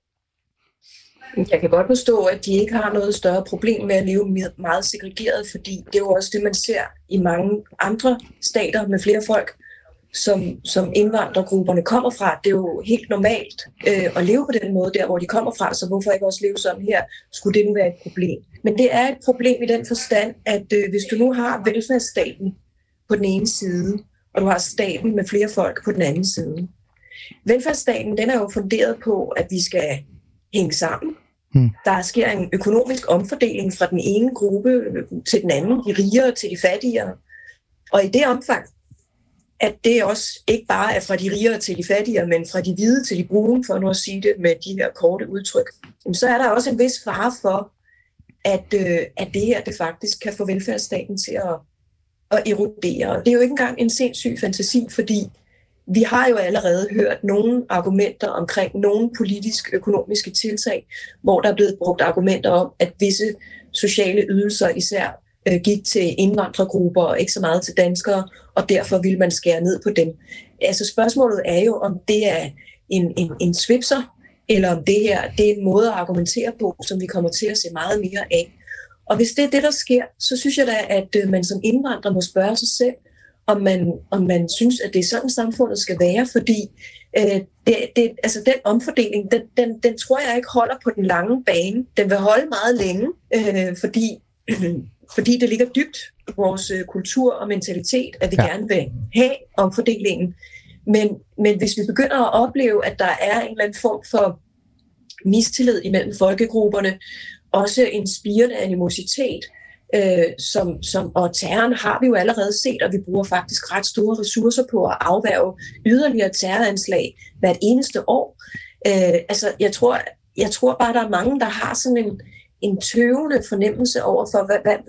Jeg kan godt forstå, at de ikke har noget større problem med at leve meget segregeret, fordi det er jo også det, man ser i mange andre stater med flere folk, som indvandrergrupperne kommer fra. Det er jo helt normalt at leve på den måde der, hvor de kommer fra, så hvorfor ikke også leve sådan her? Skulle det nu være et problem? Men det er et problem i den forstand, at hvis du nu har velfærdsstaten på den ene side, og du har staten med flere folk på den anden side. Velfærdsstaten, den er jo funderet på, at vi skal hænge sammen. Der sker en økonomisk omfordeling fra den ene gruppe til den anden, de rigere til de fattigere. Og i det omfang, at det også ikke bare er fra de rigere til de fattigere, men fra de hvide til de brune, for nu at sige det med de her korte udtryk, så er der også en vis fare for, at det her det faktisk kan få velfærdsstaten til at erodere. Og det er jo ikke engang en sindssyg fantasi, fordi vi har jo allerede hørt nogle argumenter omkring nogle politisk-økonomiske tiltag, hvor der er blevet brugt argumenter om, at visse sociale ydelser især gik til indvandrergrupper og ikke så meget til danskere, og derfor ville man skære ned på dem. Altså spørgsmålet er jo, om det er en svipser, eller om det her det er en måde at argumentere på, som vi kommer til at se meget mere af. Og hvis det er det, der sker, så synes jeg da, at man som indvandrer må spørge sig selv, om man synes, at det er sådan, samfundet skal være, fordi altså den omfordeling, den tror jeg ikke holder på den lange bane. Den vil holde meget længe, fordi det ligger dybt i vores kultur og mentalitet, at vi gerne vil have omfordelingen. Men hvis vi begynder at opleve, at der er en eller anden form for mistillid imellem folkegrupperne, også en spirende animositet, og terroren har vi jo allerede set, og vi bruger faktisk ret store ressourcer på at afværge yderligere terroranslag hvert eneste år. Altså, jeg tror bare, der er mange, der har sådan en tøvende fornemmelse over for,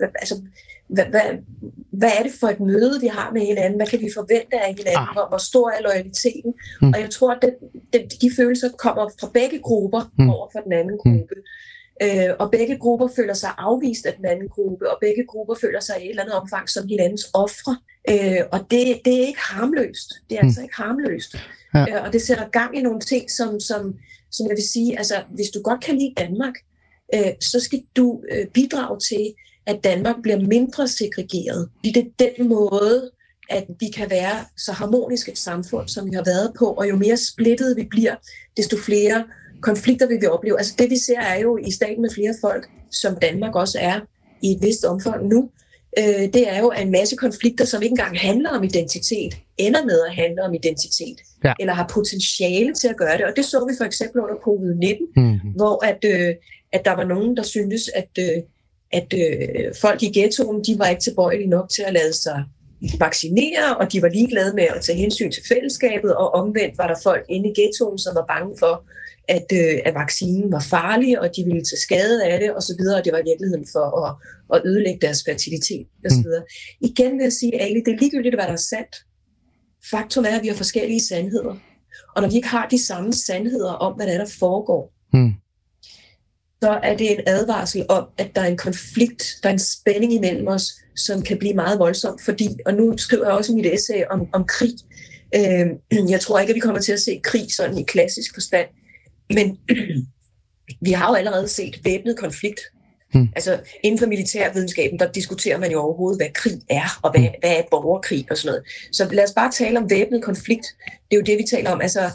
hvad er det for et møde, vi har med hinanden? Hvad kan vi forvente af hinanden? Hvor stor er loyaliteten? Og jeg tror, at de følelser kommer fra begge grupper over for den anden gruppe. Og begge grupper føler sig afvist af den anden gruppe, og begge grupper føler sig i et eller andet omfang som hinandens ofre. Og det er ikke harmløst. Det er altså ikke harmløst. Ja. Og det sætter gang i nogle ting, som jeg vil sige, altså hvis du godt kan lide Danmark, så skal du bidrage til, at Danmark bliver mindre segregeret. Det er den måde, at vi kan være så harmonisk et samfund, som vi har været på, og jo mere splittet vi bliver, desto flere konflikter vil vi opleve. Altså det vi ser er jo i staten med flere folk, som Danmark også er i et vist omfang nu, det er jo, at en masse konflikter, som ikke engang handler om identitet, ender med at handle om identitet, eller har potentiale til at gøre det. Og det så vi for eksempel under covid-19, hvor at der var nogen, der syntes, at folk i ghettoen, de var ikke tilbøjelige nok til at lade sig vaccinere, og de var ligeglade med at tage hensyn til fællesskabet, og omvendt var der folk inde i ghettoen, som var bange for, at vaccinen var farlig, og de ville tage skade af det, og så videre, og det var i virkeligheden for at ødelægge deres fertilitet, og så videre. Igen vil jeg sige, Ali, det er ligegyldigt, hvad der er sandt. Faktum er, at vi har forskellige sandheder, og når vi ikke har de samme sandheder om, hvad der foregår, så er det en advarsel om, at der er en konflikt, der er en spænding imellem os, som kan blive meget voldsom, fordi, og nu skriver jeg også i mit essay om krig. Jeg tror ikke, at vi kommer til at se krig sådan i klassisk forstand, men vi har jo allerede set væbnet konflikt. Altså inden for militærvidenskaben, der diskuterer man jo overhovedet, hvad krig er, og hvad er borgerkrig og sådan noget. Så lad os bare tale om væbnet konflikt. Det er jo det, vi taler om. Altså,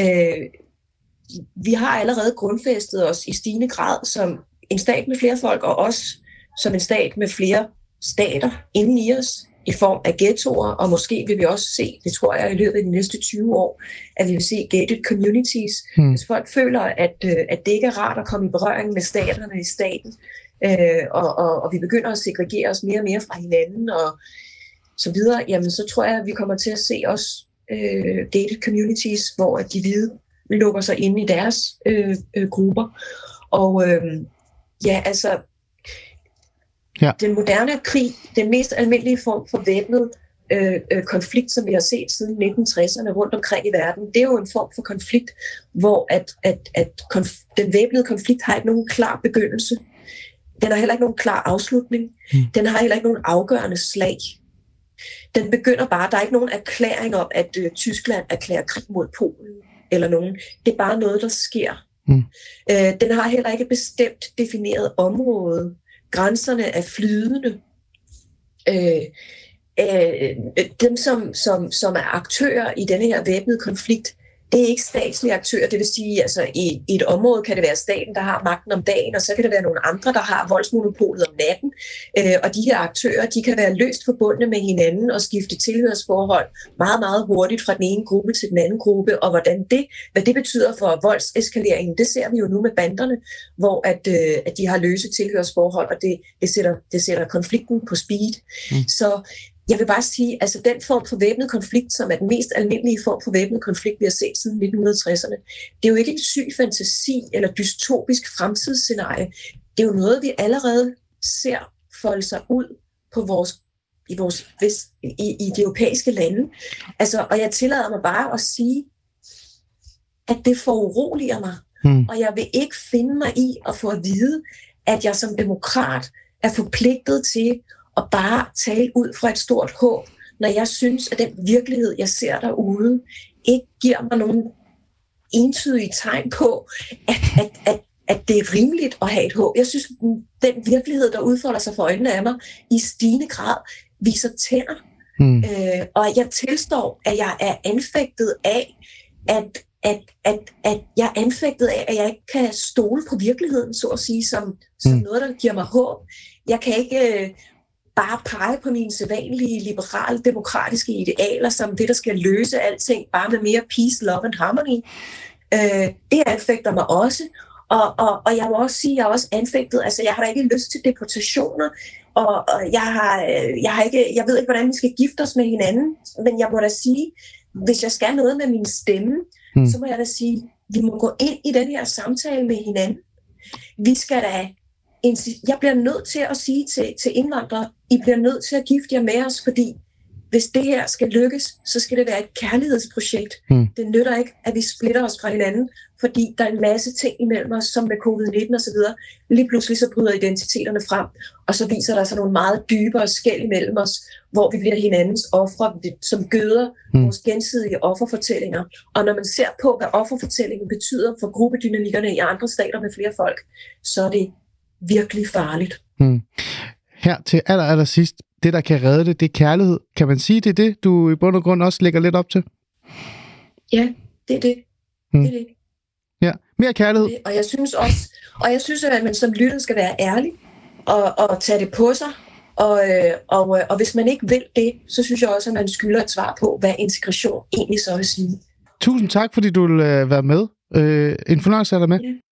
vi har allerede grundfæstet os i stigende grad som en stat med flere folk, og også som en stat med flere stater inden i os, i form af ghettoer, og måske vil vi også se, det tror jeg i løbet af de næste 20 år, at vi vil se gated communities, hvis folk føler, at det ikke er rart at komme i berøring med staterne i staten, og vi begynder at segregere os mere og mere fra hinanden, og så videre, jamen så tror jeg, at vi kommer til at se også gated communities, hvor de hvide lukker sig inde i deres grupper. Og den moderne krig, den mest almindelige form for væbnet konflikt, som vi har set siden 1960'erne rundt omkring i verden, det er jo en form for konflikt, hvor den væbnede konflikt har ikke nogen klar begyndelse. Den har heller ikke nogen klar afslutning. Den har heller ikke nogen afgørende slag. Den begynder bare, der er ikke nogen erklæring om, at Tyskland erklærer krig mod Polen eller nogen. Det er bare noget, der sker. Den har heller ikke et bestemt defineret område. Grænserne er flydende. Dem, som er aktører i denne her væbnede konflikt, det er ikke statslige aktører. Det vil sige, altså i et område kan det være staten, der har magten om dagen, og så kan det være nogle andre, der har voldsmonopolet om natten. Og de her aktører, de kan være løst forbundne med hinanden og skifte tilhørsforhold meget, meget hurtigt fra den ene gruppe til den anden gruppe. Og hvad det betyder for voldseskaleringen, det ser vi jo nu med banderne, hvor at de har løse tilhørsforhold, og det sætter konflikten på speed. Så jeg vil bare sige, altså den form for væbnet konflikt, som er den mest almindelige form for væbnet konflikt, vi har set siden 1960'erne, det er jo ikke en syg fantasi eller dystopisk fremtidsscenarie. Det er jo noget, vi allerede ser folde sig ud på i de europæiske lande. Altså, og jeg tillader mig bare at sige, at det foruroliger mig. Og jeg vil ikke finde mig i at få at vide, at jeg som demokrat er forpligtet til og bare tale ud fra et stort håb, når jeg synes, at den virkelighed, jeg ser derude, ikke giver mig nogen entydige tegn på, at det er rimeligt at have et håb. Jeg synes, den virkelighed, der udfolder sig for øjnene af mig, i stigende grad viser tænder. Og jeg tilstår, at jeg er anfægtet af, at jeg er anfægtet af, at jeg ikke kan stole på virkeligheden, så at sige, som noget, der giver mig håb. Jeg kan ikke bare pege på mine sædvanlige liberale, demokratiske idealer, som det, der skal løse alting, bare med mere peace, love and harmony. Det anfægter mig også. Og jeg må også sige, at jeg er også anfægtet. Altså, jeg har da ikke lyst til deportationer, og jeg ved ikke, hvordan vi skal gifte os med hinanden, men jeg må da sige, hvis jeg skal noget med min stemme, så må jeg da sige, vi må gå ind i den her samtale med hinanden. Vi skal da jeg bliver nødt til at sige til indvandrere, I bliver nødt til at gifte jer med os, fordi hvis det her skal lykkes, så skal det være et kærlighedsprojekt. Det nytter ikke, at vi splitter os fra hinanden, fordi der er en masse ting imellem os, som med covid-19 og så videre. Lige pludselig så bryder identiteterne frem, og så viser der sig nogle meget dybere skel imellem os, hvor vi bliver hinandens ofre, som gøder vores gensidige offerfortællinger. Og når man ser på, hvad offerfortællingen betyder for gruppedynamikkerne i andre stater med flere folk, så er det virkelig farligt. Her til allersidst, det der kan redde det er kærlighed. Kan man sige, det er det, du i bund og grund også lægger lidt op til? Ja, det er det. Det er det. Ja, mere kærlighed. Og jeg synes, at man som lytter skal være ærlig og tage det på sig Og hvis man ikke vil det, så synes jeg også, at man skylder et svar på, hvad integration egentlig så vil sige. Tusind tak, fordi du vil være med. En fornøjelse at dig med. Ja.